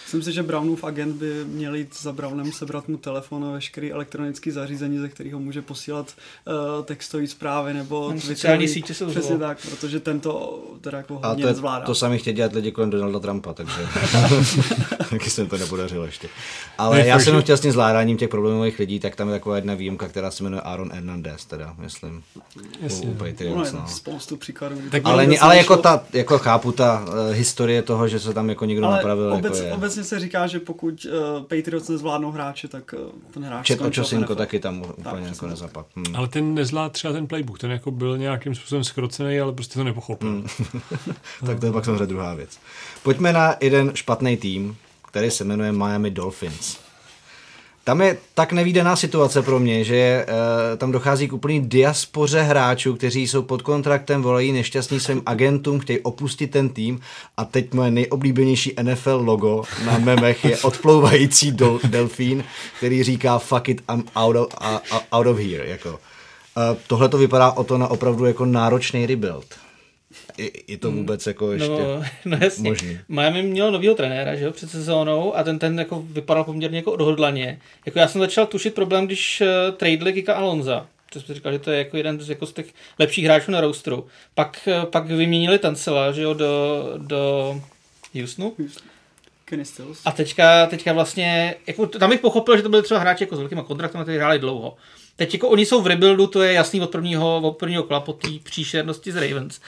Myslím si, že Brownův agent by měl jít za Brownem, sebrat mu telefon a veškerý elektronický zařízení, ze kterého může posílat uh, textové zprávy nebo sociální sítě jsou přesně tak, protože tento teda jako hodně to nezvládá. To sami chtějí dělat lidi kolem Donalda Trumpa, takže taky se to nepodařilo ještě. Ale já jsem chtěl s tím zvládáním těch problémových lidí, tak tam je taková jedna výjimka, která se jmenuje Aaron Hernandez, teda, myslím. U, u Patriots, no. Spoustu příkladů. Tak ale ale jako, ta, jako chápu ta uh, historie toho, že se tam jako někdo ale napravil. Obec, jako je. Obecně se říká, že pokud uh, Patriots nezvládnou hráče, tak uh, ten hráč Čet Ochocinco taky tam úplně tak, jako nezapad. Hmm. Ale ten nezvlád třeba ten playbook, ten jako byl nějakým způsobem skrocený, ale prostě to nepochopil. Hmm. Tak to je pak samozřejmě druhá věc. Pojďme na jeden špatný tým, který se jmenuje Miami Dolphins. Tam je tak nevídaná situace pro mě, že uh, tam dochází k úplný diaspoře hráčů, kteří jsou pod kontraktem, volají nešťastní svým agentům, chtějí opustit ten tým a teď moje nejoblíbenější N F L logo na memech je odplouvající do, delfín, který říká fuck it, I'm out of, uh, out of here. Jako. Uh, tohle to vypadá o to na opravdu jako náročný rebuild. Je, je to vůbec jako ještě no, no jasně. možný? Miami měl novýho trenéra, že jo, před sezónou a ten ten jako vypadal poměrně jako odhodlaně. Jako já jsem začal tušit problém, když uh, tradeli Kika Alonza. To jsem říkal, že to je jako jeden z, jako z těch lepších hráčů na rosteru. Pak, uh, pak vyměnili Tancela, že jo, do, do Houstonu. A teďka, teďka vlastně, jako, tam bych pochopil, že to byly třeba hráči jako s velkýma kontraktama, kteří hráli dlouho. Teď jako oni jsou v rebuildu, to je jasný od prvního, od prvního kola po té příšernosti z Ravens.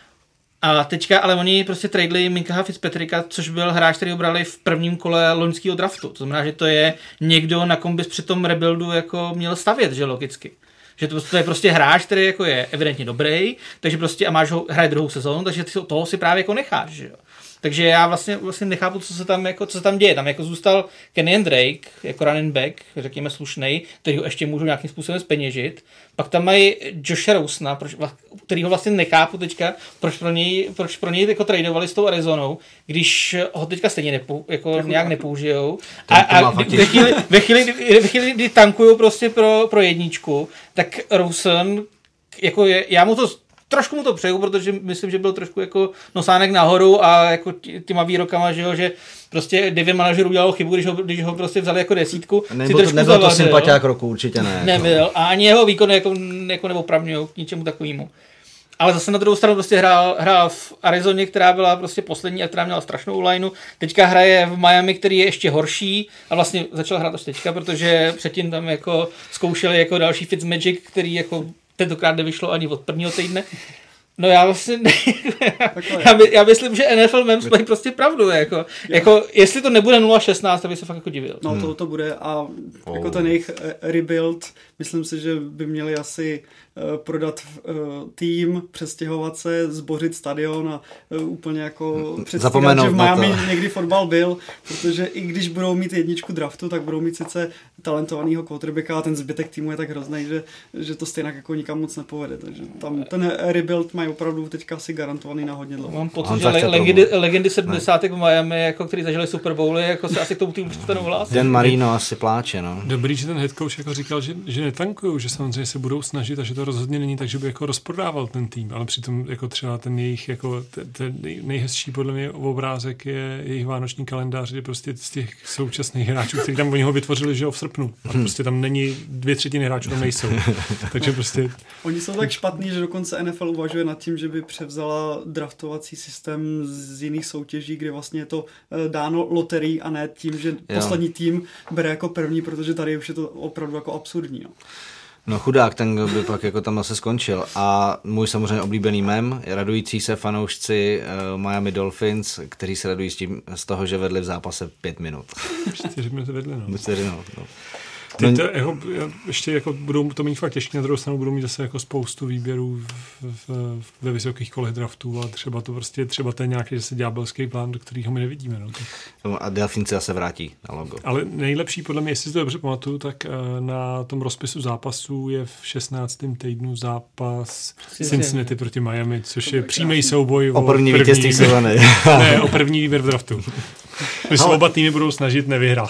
A teďka, ale oni prostě tradeli Minkaha Fitzpatricka, což byl hráč, který obrali v prvním kole loňského draftu. To znamená, že to je někdo, na kom bys při tom rebuildu jako měl stavět, že logicky. Že to, to je prostě hráč, který jako je evidentně dobrý, takže prostě a máš ho hraje druhou sezónu, takže ty toho si právě jako necháš, že jo. Takže já vlastně, vlastně nechápu, co se tam, jako, co se tam děje. Tam jako zůstal Kenyan Drake, jako running back, řekněme slušnej, který ho ještě můžou nějakým způsobem zpeněžit. Pak tam mají Josha Rosena, proč, který ho vlastně nechápu teďka, proč pro něj, proč pro něj jako tradeovali s tou Arizonou, když ho teďka stejně nepou, jako nějak nepoužijou. A, a ve, chvíli, ve, chvíli, kdy, ve chvíli, kdy tankujou prostě pro, pro jedničku, tak Rosen, jako je, já mu to trošku mu to přeju, protože myslím, že byl trošku jako nosánek nahoru a jako těma výrokama, že, jo, že prostě devět manažerů udělalo chybu, když ho, když ho prostě vzali jako desítku. Nebyl to, nebyl to sympatiák roku, určitě ne. Nebyl a ani jeho výkon jako, jako neopravňují k ničemu takovému. Ale zase na druhou stranu prostě hrál, hrál v Arizoně, která byla prostě poslední a která měla strašnou lineu. Teďka hraje v Miami, který je ještě horší a vlastně začal hrát až teďka, protože předtím tam jako zkoušeli jako další Fitzmagic, který jako tentokrát nevyšlo ani od prvního týdne. No já vlastně ne, já, my, já myslím, že N F L Memes mají prostě pravdu. Jako, jako, jestli to nebude nula šestnáct, tak by se fakt jako divil. No to, to bude a oh. jako ten jejich rebuild, myslím si, že by měli asi uh, prodat uh, tým, přestěhovat se, zbořit stadion a uh, úplně jako předstírat, že v Miami někdy fotbal byl, protože i když budou mít jedničku draftu, tak budou mít sice talentovanýho quarterbacka a ten zbytek týmu je tak hrozný, že, že to stejně jako nikam moc nepovede. Takže tam ten rebuild mají opravdu teďka asi garantovaný na hodně dlouho. Mám pocit, že le- legendy, legendy sedmdesátek v Miami, jako, který zažili Super Bowly, jako se asi k tomu týmu přestanou hlásit. Den Marino asi pláče, no. Dobrý, že ten head coach jako říkal, že, že netankujou, že samozřejmě se budou snažit a že to rozhodně není tak, že by jako rozprodával ten tým, ale přitom jako třeba ten jejich jako ten, ten nejhezčí podle mě obrázek je jejich vánoční kalendář, kde prostě z těch současných hráčů, kteří tam oni ho vytvořili, že ho v srpnu. A prostě tam není dvě třetiny hráčů tam nejsou. Takže prostě oni jsou tak špatní, že dokonce N F L uvažuje nad tím, že by převzala draftovací systém z jiných soutěží, kde vlastně je to dáno loterií a ne tím, že jo. Poslední tým bere jako první, protože tady už je to opravdu jako absurdní. No. No chudák, ten by pak jako tam zase skončil. A můj samozřejmě oblíbený mem, radující se fanoušci uh, Miami Dolphins, kteří se radují s tím, z toho, že vedli v zápase pět minut. Čtyři minuty vedli, no. Čtyři minut, no. Ty to, jako, ještě jako budou to mít fakt těžké, na druhou stranu budou mít zase jako spoustu výběrů v, v, ve vysokých kolech draftů a třeba to prostě, třeba ten nějaký zase ďábelský plán, do kterého my nevidíme. No. No a Delfinci zase vrátí na logo. Ale nejlepší podle mě, jestli si to dobře pamatuju, tak na tom rozpisu zápasů je v šestnáctém týdnu zápas Cincinnati proti Miami, což je přímý souboj o první vítězství sezóny. Ne, o první výběr v draftu. Když se oba týmy budou snažit nevyhrát.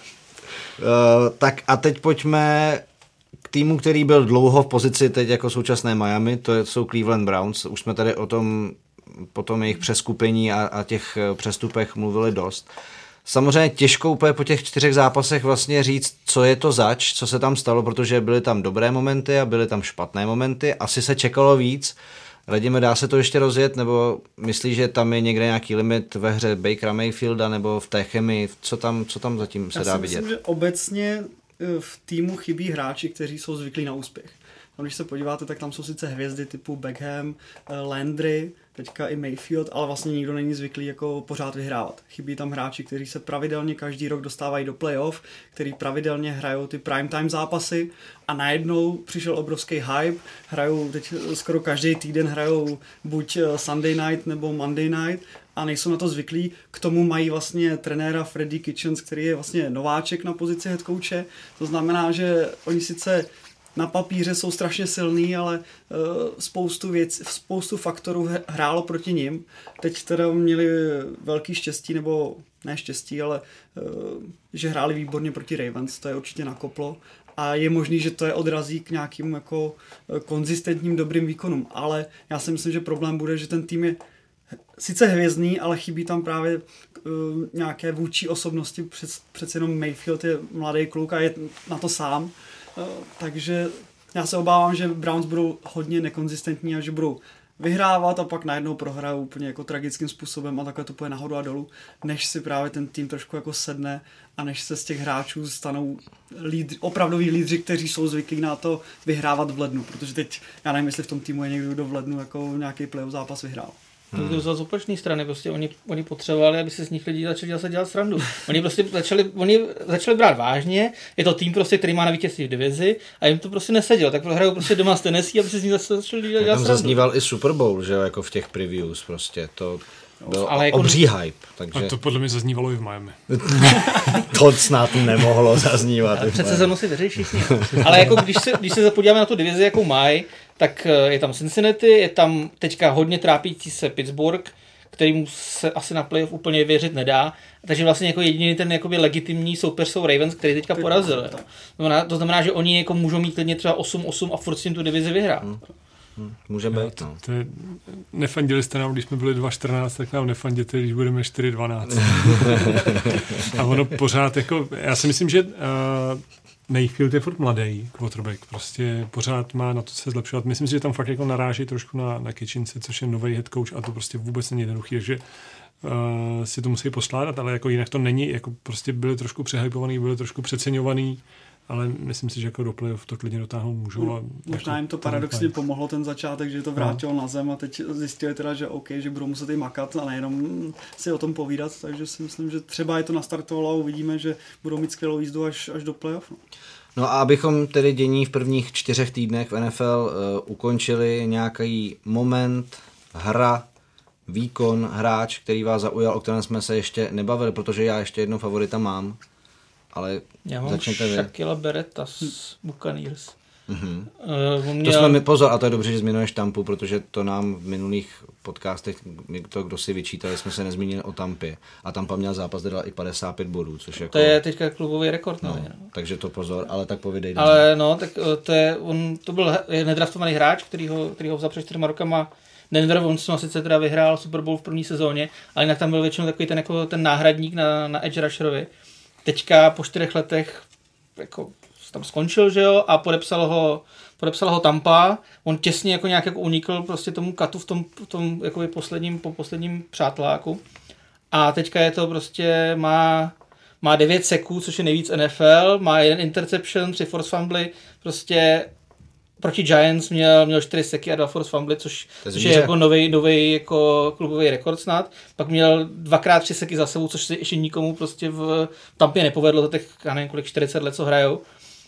Uh, tak a teď pojďme k týmu, který byl dlouho v pozici teď jako současné Miami, to jsou Cleveland Browns. Už jsme tady o tom, po tom jejich přeskupení a, a těch přestupech mluvili dost. samozřejmě těžko úplně po těch čtyřech zápasech vlastně říct, co je to zač, co se tam stalo, protože byly tam dobré momenty a byly tam špatné momenty. Asi se čekalo víc. Radíme, dá se to ještě rozjet, nebo myslíš, že tam je někde nějaký limit ve hře Bakera Mayfielda nebo v té chemii? Co tam, co tam zatím se Já dá si vidět? Myslím, že obecně v týmu chybí hráči, kteří jsou zvyklí na úspěch. A když se podíváte, tak tam jsou sice hvězdy typu Beckham, Landry, teďka i Mayfield, ale vlastně nikdo není zvyklý jako pořád vyhrávat. Chybí tam hráči, kteří se pravidelně každý rok dostávají do playoff, kteří pravidelně hrajou ty primetime zápasy a najednou přišel obrovský hype, hrajou teď skoro každý týden hrajou buď Sunday night nebo Monday night a nejsou na to zvyklí. K tomu mají vlastně trenéra Freddy Kitchens, který je vlastně nováček na pozici head coache. To znamená, že oni sice na papíře jsou strašně silný, ale uh, spoustu věc, spoustu faktorů hrálo proti nim. Teď teda měli velký štěstí, nebo ne štěstí, ale uh, že hráli výborně proti Ravens, to je určitě nakoplo. A je možný, že to je odrazí k nějakým jako konzistentním dobrým výkonům. Ale já si myslím, že problém bude, že ten tým je sice hvězdný, ale chybí tam právě uh, nějaké vůdčí osobnosti. Přec, přece jenom Mayfield je mladý kluk a je na to sám. Takže já se obávám, že Browns budou hodně nekonzistentní a že budou vyhrávat a pak najednou prohrajou úplně jako tragickým způsobem a takhle to půjde nahoru a dolů, než si právě ten tým trošku jako sedne a než se z těch hráčů stanou lídři, opravdoví lídři, kteří jsou zvyklí na to vyhrávat v lednu, protože teď, já nevím, jestli v tom týmu je někdo, kdo v lednu jako nějaký playoff zápas vyhrál. Hmm. To bylo z opačné strany, prostě oni, oni potřebovali, aby se z nich lidi začali dělat, dělat srandu. Oni prostě začali, oni začali brát vážně, je to tým prostě, který má na vítězství v divizi a jim to prostě nesedělo, tak hrajou prostě doma z Tennessee, aby se z nich začali dělat, dělat tam srandu. zazníval i Super Bowl, že jo, jako v těch previews prostě, to byl ale jako obří hype. Takže... A to podle mě zaznívalo i v Miami. To snad nemohlo zaznívat. Ale přece se musí vyřešit všichni. Ale jako když se, když se podíváme na tu divizi, jakou mají, tak je tam Cincinnati, je tam teďka hodně trápící se Pittsburgh, kterýmu se asi na playoff úplně věřit nedá. Takže vlastně jako jediný ten jakoby legitimní soupeř jsou Ravens, který teďka porazil. To znamená, to znamená, že oni jako můžou mít klidně třeba osm osm a furt si jim tu divizi vyhrát. Hmm. Hmm. Může být, no. To je, nefandili jste nám, když jsme byli dva čtrnáct, tak nám nefanděte, když budeme čtyři dvanáct. A ono pořád jako, já si myslím, že uh, Mayfield je furt mladý quarterback, prostě pořád má na to se zlepšovat. Myslím si, že tam fakt jako naráží trošku na, na Kitchense, což je nový head coach a to prostě vůbec není jednoduchý, že uh, si to musí poskládat, ale jako jinak to není, jako prostě byli trošku přehypovaný, byli trošku přeceňovaný, ale myslím si, že jako do playoff to klidně dotáhnout můžou. A možná jako jim to paradoxně pomohlo ten začátek, že to vrátilo no. na zem a teď zjistili teda, že OK, že budou muset i makat a nejenom si o tom povídat, takže si myslím, že třeba je to nastartovalo a uvidíme, že budou mít skvělou jízdu až, až do playoff. No. No a abychom tedy dění v prvních čtyřech týdnech v N F L uh, ukončili nějaký moment, hra, výkon, hráč, který vás zaujal, o kterém jsme se ještě nebavili, protože já ještě jednou favorita mám. Ale já mám Shaquilla Barretta z Buccaneers. Mm-hmm. Uh, měl... To jsme mi pozor, a to je dobře, že zmiňuješ Tampu, protože to nám v minulých podcastech, to kdo si vyčítali, jsme se nezmínili o Tampě. A Tampa měl zápas, kde dala i padesát pět bodů, což jako... To je teďka klubový rekord. No, nevím, no. Takže to pozor, ale tak povídej. Ale dále. No, tak to je, on, to byl nedraftovaný hráč, který ho, který ho vzal před čtyřma rokama. Denver, on sice teda vyhrál Super Bowl v první sezóně, ale jinak tam byl většinou takový ten, jako ten náhradník na, na edge rusherovi. Teďka po čtyřech letech jako tam skončil, že jo, a podepsal ho, podepsal ho Tampa. On těsně jako nějak jako unikl prostě tomu katu v tom, v tom jakoby posledním, po posledním přáteláku. A teďka je to prostě, má, má devět seků, což je nejvíc N F L, má jeden interception, tři force fumble, prostě proti Giants měl, měl čtyři seky a dva force fumble, což, což je jako novej, novej jako klubový rekord snad. Pak měl dvakrát tři seky za sebou, což se ještě nikomu prostě v Tampě nepovedlo za těch, já nevím, kolik čtyřicet let, co hrajou.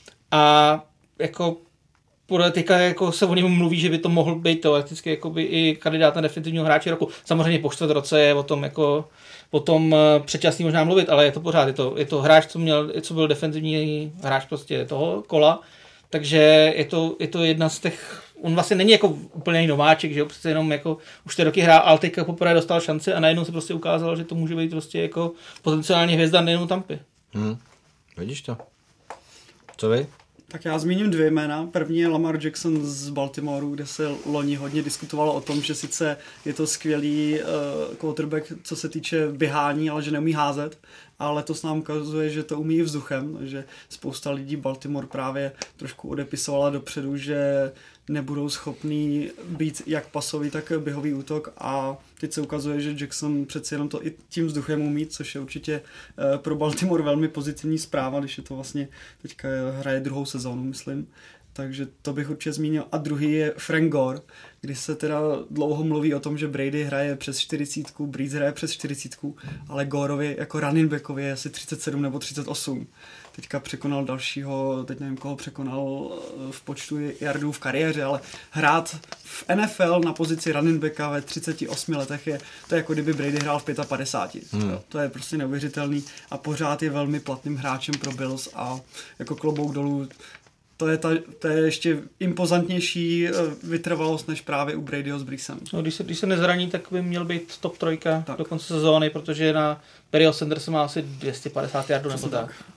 A jako teďka jako se o něm mluví, že by to mohl být teoreticky jakoby i kandidát na definitivního hráče roku. Samozřejmě po čtvrt roce je o tom jako o tom předčasný možná mluvit, ale je to pořád, je to, je to hráč, co měl, co byl definitivní hráč prostě toho kola. Takže je to, je to jedna z těch, on vlastně není jako úplně nováček, že jo, přece jenom jako už ty roky hrál, ale teďka poprvé dostal šanci a najednou se prostě ukázalo, že to může být prostě jako potenciálně hvězda nejenom Tampy. Hmm. Vidíš to? Co vy? Tak já zmíním dvě jména. První je Lamar Jackson z Baltimoreu, kde se loni hodně diskutovalo o tom, že sice je to skvělý uh, quarterback, co se týče běhání, ale že neumí házet. A letos nám ukazuje, že to umí i vzduchem, takže spousta lidí Baltimore právě trošku odepisovala dopředu, že nebudou schopní být jak pasový, tak běhový útok a teď se ukazuje, že Jackson přeci jenom to i tím vzduchem umí, což je určitě pro Baltimore velmi pozitivní zpráva, když je to vlastně teďka hraje druhou sezónu, myslím. Takže to bych určitě zmínil. A druhý je Frank Gore, kdy se teda dlouho mluví o tom, že Brady hraje přes čtyřicítku, Brees hraje přes čtyřicítku, ale Goreovi jako running backovi je asi třicet sedm nebo třicet osm. Teďka překonal dalšího, teď nevím, koho překonal v počtu yardů v kariéře, ale hrát v N F L na pozici running backa ve třiceti osmi letech je to jako kdyby Brady hrál v padesáti pěti. Hmm. To je prostě neuvěřitelný a pořád je velmi platným hráčem pro Bills a jako klobouk dolů. To je, ta, to je ještě impozantnější vytrvalost než právě u Bradyho s Breesem. No, když, se, když se nezraní, tak by měl být top trojka tak do konce sezóny, protože na Barryho Sandersa má asi dvě stě padesát yardů nebo tak. tak.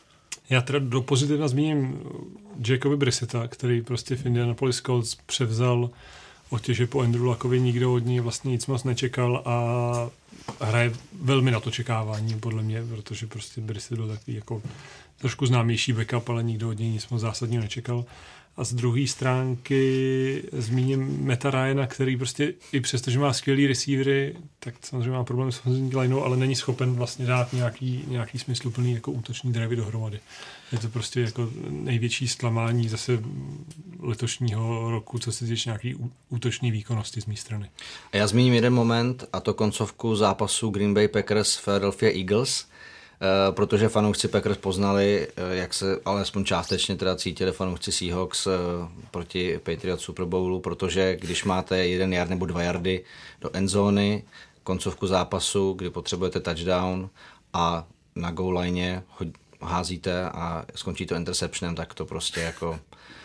Já teda do pozitivna zmíním Jacoby Brissetta, který prostě v Indianapolis Colts převzal otěže po Andrew Luckovi, nikdo od ní vlastně nic moc nečekal a hraje velmi na to čekávání podle mě, protože prostě Brissett byl takový jako trošku známější backup, ale nikdo od něj nic moc zásadního nečekal. A z druhé stránky zmíním Matta Ryana, který prostě i přesto, že má skvělý receivery, tak samozřejmě má problém s offenzivní lineou, ale není schopen vlastně dát nějaký, nějaký smysluplný jako útoční drivey dohromady. Je to prostě jako největší zklamání zase letošního roku, co se týče nějaký útoční výkonnosti z mé strany. A já zmíním jeden moment, a to koncovku zápasu Green Bay Packers Philadelphia Eagles, Uh, protože fanoušci Packers poznali, uh, jak se alespoň částečně teda cítili fanoušci Seahawks uh, proti Patriots Super Bowlu, protože když máte jeden yard nebo dva yardy do endzóny, koncovku zápasu, kdy potřebujete touchdown a na goal line házíte a skončí to interceptionem, tak to prostě jako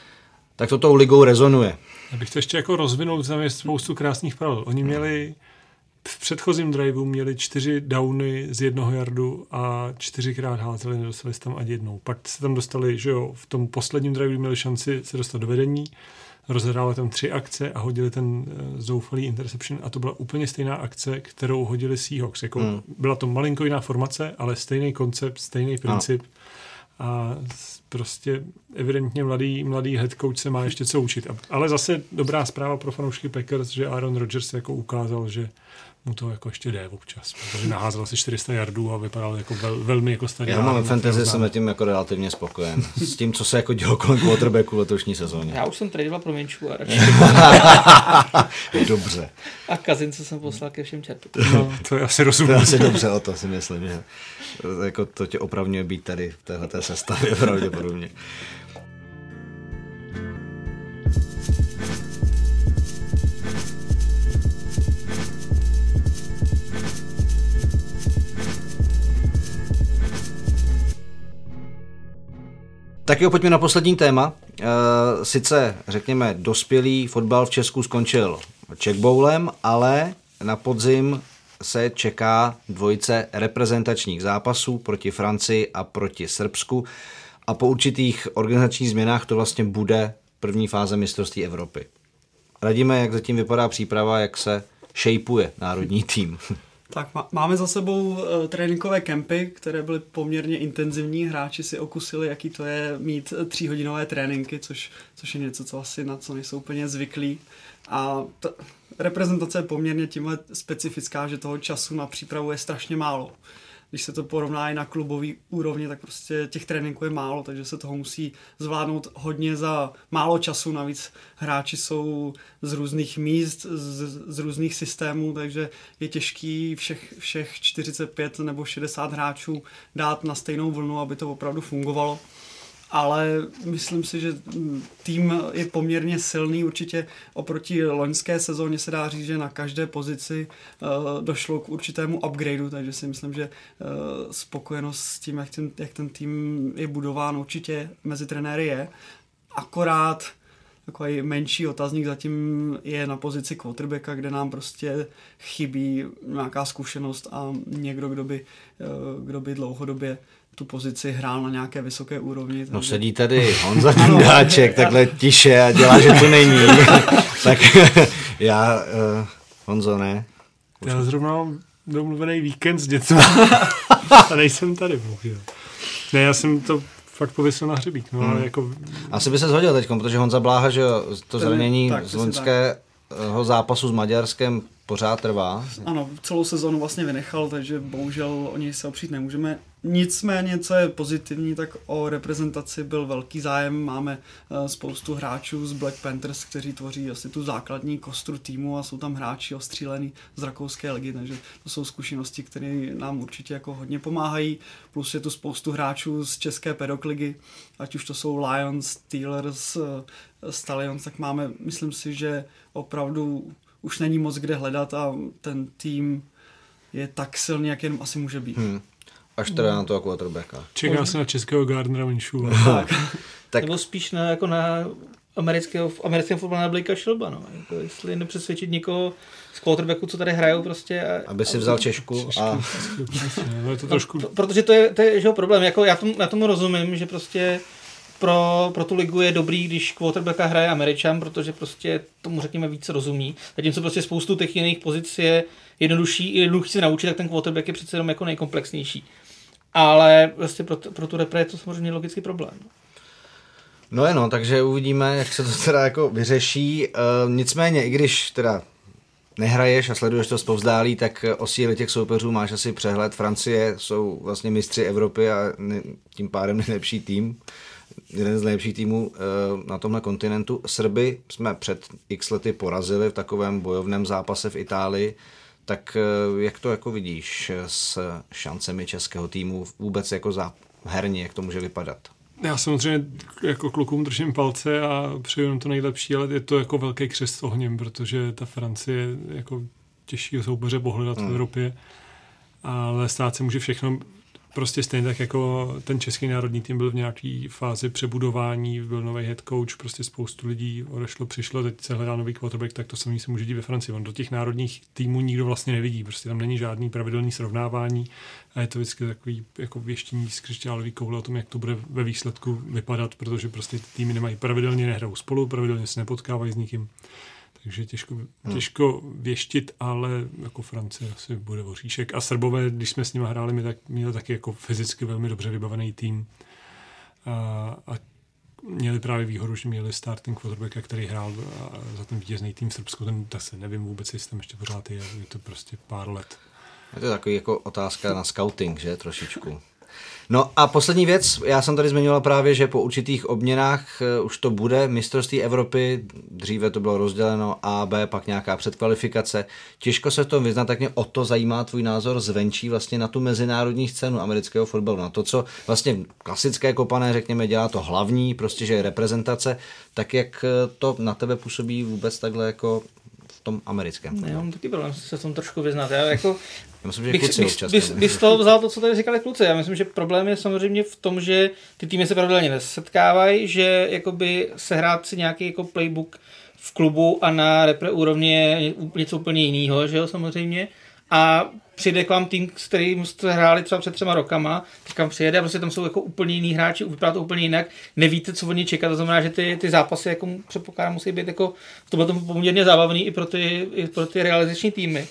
tak to tou ligou rezonuje. Abych to ještě jako rozvinul, tam je spoustu krásných pravil. Oni měli v předchozím driveu měli čtyři downy z jednoho yardu a čtyřikrát házeli, nedostali se tam ani jednou. Pak se tam dostali, že jo, v tom posledním driveu měli šanci se dostat do vedení, rozhráli tam tři akce a hodili ten uh, zoufalý interception a to byla úplně stejná akce, kterou hodili Seahawks. Jako, hmm. Byla to malinko jiná formace, ale stejný koncept, stejný princip. No. A prostě evidentně mladý, mladý head coach se má ještě co učit. Ale zase dobrá zpráva pro fanoušky Packers, že Aaron Rodgers jako ukázal, že mu to jako ještě jde občas, protože naházel asi čtyři sta yardů a vypadal jako vel, velmi jako starý. Já mám fantasy, jsem tím jako relativně spokojen. S tím, co se jako dělo kolem quarterbacku v letošní sezóně. Já už jsem tradoval pro Minchu a radši. Dobře. A Kazince jsem poslal ke všem čertu. No, to je asi rozumím. To je asi dobře, o to si myslím, že jako to tě opravňuje být tady v téhleté sestavě pravděpodobně. Tak jo, pojďme na poslední téma. E, sice, řekněme, dospělý fotbal v Česku skončil Czech Bowlem, ale na podzim se čeká dvojice reprezentačních zápasů proti Francii a proti Srbsku a po určitých organizačních změnách to vlastně bude první fáze mistrovství Evropy. Radíme, jak zatím vypadá příprava, jak se šejpuje národní tým. Tak máme za sebou uh, tréninkové kempy, které byly poměrně intenzivní. Hráči si okusili, jaký to je mít tříhodinové tréninky, což, což je něco, co asi na co nejsou úplně zvyklí. A ta reprezentace je poměrně tímhle specifická, že toho času na přípravu je strašně málo. Když se to porovná i na klubový úrovni, tak prostě těch tréninků je málo, takže se toho musí zvládnout hodně za málo času. Navíc hráči jsou z různých míst, z, z různých systémů, takže je těžký všech, všech čtyřicet pět nebo šedesát hráčů dát na stejnou vlnu, aby to opravdu fungovalo. Ale myslím si, že tým je poměrně silný, určitě oproti loňské sezóně se dá říct, že na každé pozici uh, došlo k určitému upgradeu, takže si myslím, že uh, spokojenost s tím, jak ten, jak ten tým je budován, určitě mezi trenéry je. Akorát takový menší otazník zatím je na pozici quarterbacka, kde nám prostě chybí nějaká zkušenost a někdo, kdo by, uh, kdo by dlouhodobě tu pozici hrál na nějaké vysoké úrovni. Takže... No sedí tady Honza Dundáček, takhle tiše a dělá, že to není. Tak já, uh, Honzo, ne? Já zrovna mám domluvený víkend s dětmi a nejsem tady, bohužel. Ne, já jsem to fakt pověsil na hřebík. No, hmm. jako... Asi by se shodil teď, protože Honza Bláha, že to zranění z loňského zápasu s Maďarskem pořád trvá. Ano, celou sezonu vlastně vynechal, takže bohužel o něj se opřít nemůžeme. Nicméně, co je pozitivní, tak o reprezentaci byl velký zájem. Máme spoustu hráčů z Black Panthers, kteří tvoří asi tu základní kostru týmu a jsou tam hráči ostřílení z rakouské ligy, takže to jsou zkušenosti, které nám určitě jako hodně pomáhají. Plus je tu spoustu hráčů z české pedokligy, ať už to jsou Lions, Steelers, Stallions, tak máme, myslím si, že opravdu už není moc kde hledat a ten tým je tak silný, jak jen asi může být. Hmm. Až teda na toho quarterbacka. Čeká se na českého Gardnera Minshewa. Tak. tak. Nebo spíš na, jako na amerického, americkém fotbalu na Blakea Shelba. No. Jako jestli nepřesvědčit někoho z quarterbacku, co tady hrajou prostě. A, aby si vzal Češku. A... no, to trošku... no, protože to je, to je že problém. Jako já, tomu, já tomu rozumím, že prostě pro, pro tu ligu je dobrý, když quarterbacka hraje Američan, protože prostě tomu řekněme víc rozumí. Zatímco prostě spoustu těch jiných pozic je jednodušší, jednoduchý se naučit, tak ten quarterback je přece jenom jako nejkomplexnější. Ale prostě pro, pro tu repre je to samozřejmě logický problém. No je no, takže uvidíme, jak se to teda jako vyřeší. E, nicméně, i když teda nehraješ a sleduješ to zpovzdálí, tak o síle těch soupeřů máš asi přehled. Francie jsou vlastně mistři Evropy a ne, tím pádem nejlepší tým. Jeden z nejlepších týmů e, na tomhle kontinentu. Srby jsme před x lety porazili v takovém bojovném zápase v Itálii. Tak jak to jako vidíš s šancemi českého týmu vůbec jako za herně, jak to může vypadat? Já samozřejmě jako klukům držím palce a přeju jim to nejlepší, ale je to jako velký křest ohněm, protože ta Francie jako těžký soupeře pohledat hmm. v Evropě, ale stát se může všechno. Prostě stejně tak jako ten český národní tým byl v nějaké fázi přebudování, byl nový head coach, prostě spoustu lidí odešlo, přišlo, teď se hledá nový quarterback, tak to samé se může dít ve Francii. On do těch národních týmů nikdo vlastně nevidí, prostě tam není žádný pravidelný srovnávání a je to vždycky takový jako věštění z křišťálový koule o tom, jak to bude ve výsledku vypadat, protože prostě ty týmy nemají pravidelně, nehrajou spolu, pravidelně se nepotkávají s nikým. Takže těžko, těžko věštit, ale jako Francie asi bude oříšek. A Srbové, když jsme s nimi hráli, my tak měli taky jako fyzicky velmi dobře vybavený tým. A, a měli právě výhodu, že měli starting quarterbacka, který hrál za ten vítězný tým v Srbsku. Ten tak se nevím vůbec, jestli tam ještě pořád je, je to prostě pár let. Je to takový jako otázka na scouting, že? Trošičku. No a poslední věc, já jsem tady zmiňoval právě, že po určitých obměnách už to bude mistrovství Evropy, dříve to bylo rozděleno A, B, pak nějaká předkvalifikace. Těžko se v tom vyznat, tak mě o to zajímá tvůj názor zvenčí vlastně na tu mezinárodní scénu amerického fotbalu, na to, co vlastně klasické kopané, řekněme, dělá to hlavní, prostě, že je reprezentace, tak jak to na tebe působí vůbec takhle jako v tom americkém fotbalu? Já mám taky problém se v tom trošku vyznat. Já jako Já myslím, že kluci občas. Bys, bys z toho vzal to, co tady říkali kluci. Já myslím, že problém je samozřejmě v tom, že ty týmy se pravidelně nesetkávají, že jakoby sehrát si nějaký jako playbook v klubu a na repre úrovni je něco úplně jiného, že jo, samozřejmě. A přijde k vám tým, s kterým jste hráli třeba před třema rokama, tak kam přijede a prostě tam jsou jako úplně jiný hráči, vypadá to úplně jinak, nevíte, co od něj čekat, to znamená, že ty, ty zápasy jako předpokládám musí být jako v tomhle tomu poměrně zábavný i pro ty, i pro ty realizační týmy.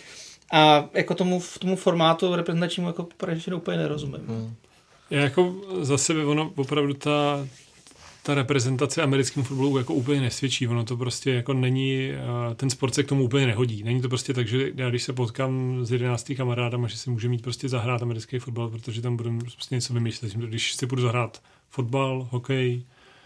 A jako tomu, tomu formátu reprezentačnímu jako poradečně úplně nerozumím. Hmm. Já jako za sebe, ono opravdu ta, ta reprezentace americkým fotbalu jako úplně nesvědčí. Ono to prostě jako není, ten sport se k tomu úplně nehodí. Není to prostě tak, že já když se potkám s jedenácti kamarádama, že si může mít prostě zahrát americký fotbal, protože tam budeme prostě něco vymýšlet. Když si budu zahrát fotbal, hokej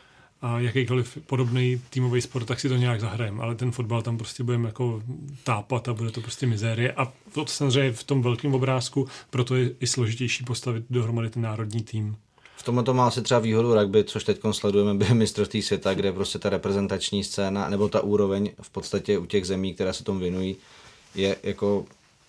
a jakýkoliv podobný týmový sport, tak si to nějak zahrajeme, ale ten fotbal tam prostě budeme jako tápat a bude to prostě mizérie a to samozřejmě v tom velkém obrázku, proto je i složitější postavit dohromady ten národní tým. V tomhle to má asi třeba výhodu rugby, což teď sledujeme během mistrovství světa, kde prostě ta reprezentační scéna nebo ta úroveň v podstatě u těch zemí, které se tomu věnují, je jako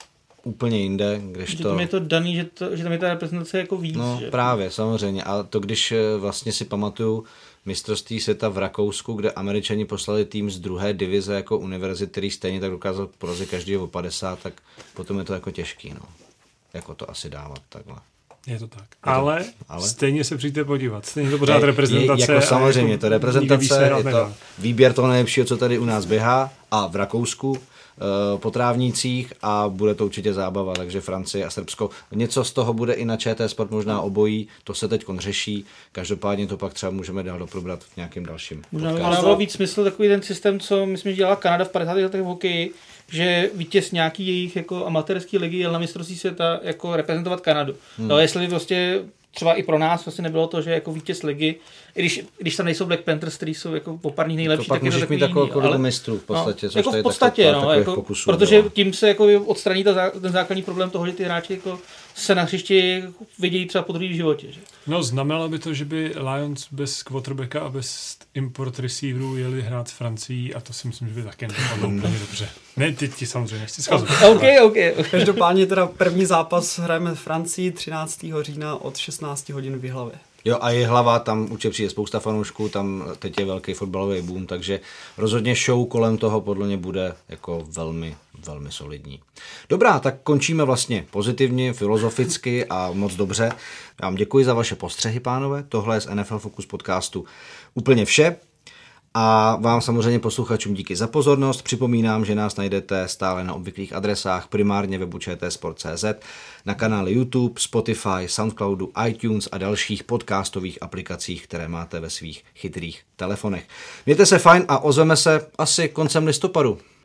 úplně jinde, když že to... tam je to daný, že, to, že tam je ta reprezentace jako víc. No že? Právě, samozřejmě. A to když vlastně si pamatuju mistrovství světa v Rakousku, kde Američani poslali tým z druhé divize jako univerzit, který stejně tak dokázal porazit každý o padesát, tak potom je to jako těžký, no. Jako to asi dávat takhle. Je to tak. Ale, ale stejně se přijďte podívat. Stejně to pořád je, reprezentace. Je, jako samozřejmě, jako to reprezentace, je to výběr toho nejlepšího, co tady u nás běhá a v Rakousku po trávnících a bude to určitě zábava, takže Francie a Srbsko. Něco z toho bude i na ČT Sport, možná obojí, to se teď řeší, každopádně to pak třeba můžeme dál doprobrat v nějakém dalším podcastu. Možná dávalo víc smysl takový ten systém, co myslím, že dělala Kanada v padesátých letech v hokeji, že vítěz nějaký jejich jako amatérský ligy jel na mistrovství světa jako reprezentovat Kanadu. Hmm. No, jestli prostě třeba i pro nás vlastně nebylo to, že jako vítěz ligy, i když, když tam nejsou Black Panthers, kteří jsou jako poparní nejlepší, to pak tak je to můžeš mít takovou kolu mistrů v podstatě, no, což jako to je v podstatě, takový, no, jako, pokusů, protože no. tím se jako odstraní ta, ten základní problém toho, že ty hráči jako se na hřišti vidějí třeba po druhý v životě. Že? No, znamenalo by to, že by Lions bez quarterbacka a bez import receiverů jeli hrát s Francií a to si myslím, že by také nedopadlo úplně dobře. Ne, ty, ty samozřejmě nechci schazovat. OK, OK. Každopádně teda první zápas hrajeme v Francii třináctého října od šestnáct hodin v Jihlavě. Jo, a Jihlava, tam určitě přijde spousta fanoušků, tam teď je velký fotbalový boom, takže rozhodně show kolem toho podle mě bude jako velmi, velmi solidní. Dobrá, tak končíme vlastně pozitivně, filozoficky a moc dobře. Já vám děkuji za vaše postřehy, pánové. Tohle je z N F L Focus podcastu úplně vše. A vám samozřejmě posluchačům díky za pozornost. Připomínám, že nás najdete stále na obvyklých adresách, primárně webu čtsport tečka cz, na kanále YouTube, Spotify, Soundcloudu, iTunes a dalších podcastových aplikacích, které máte ve svých chytrých telefonech. Mějte se fajn a ozveme se asi koncem listopadu.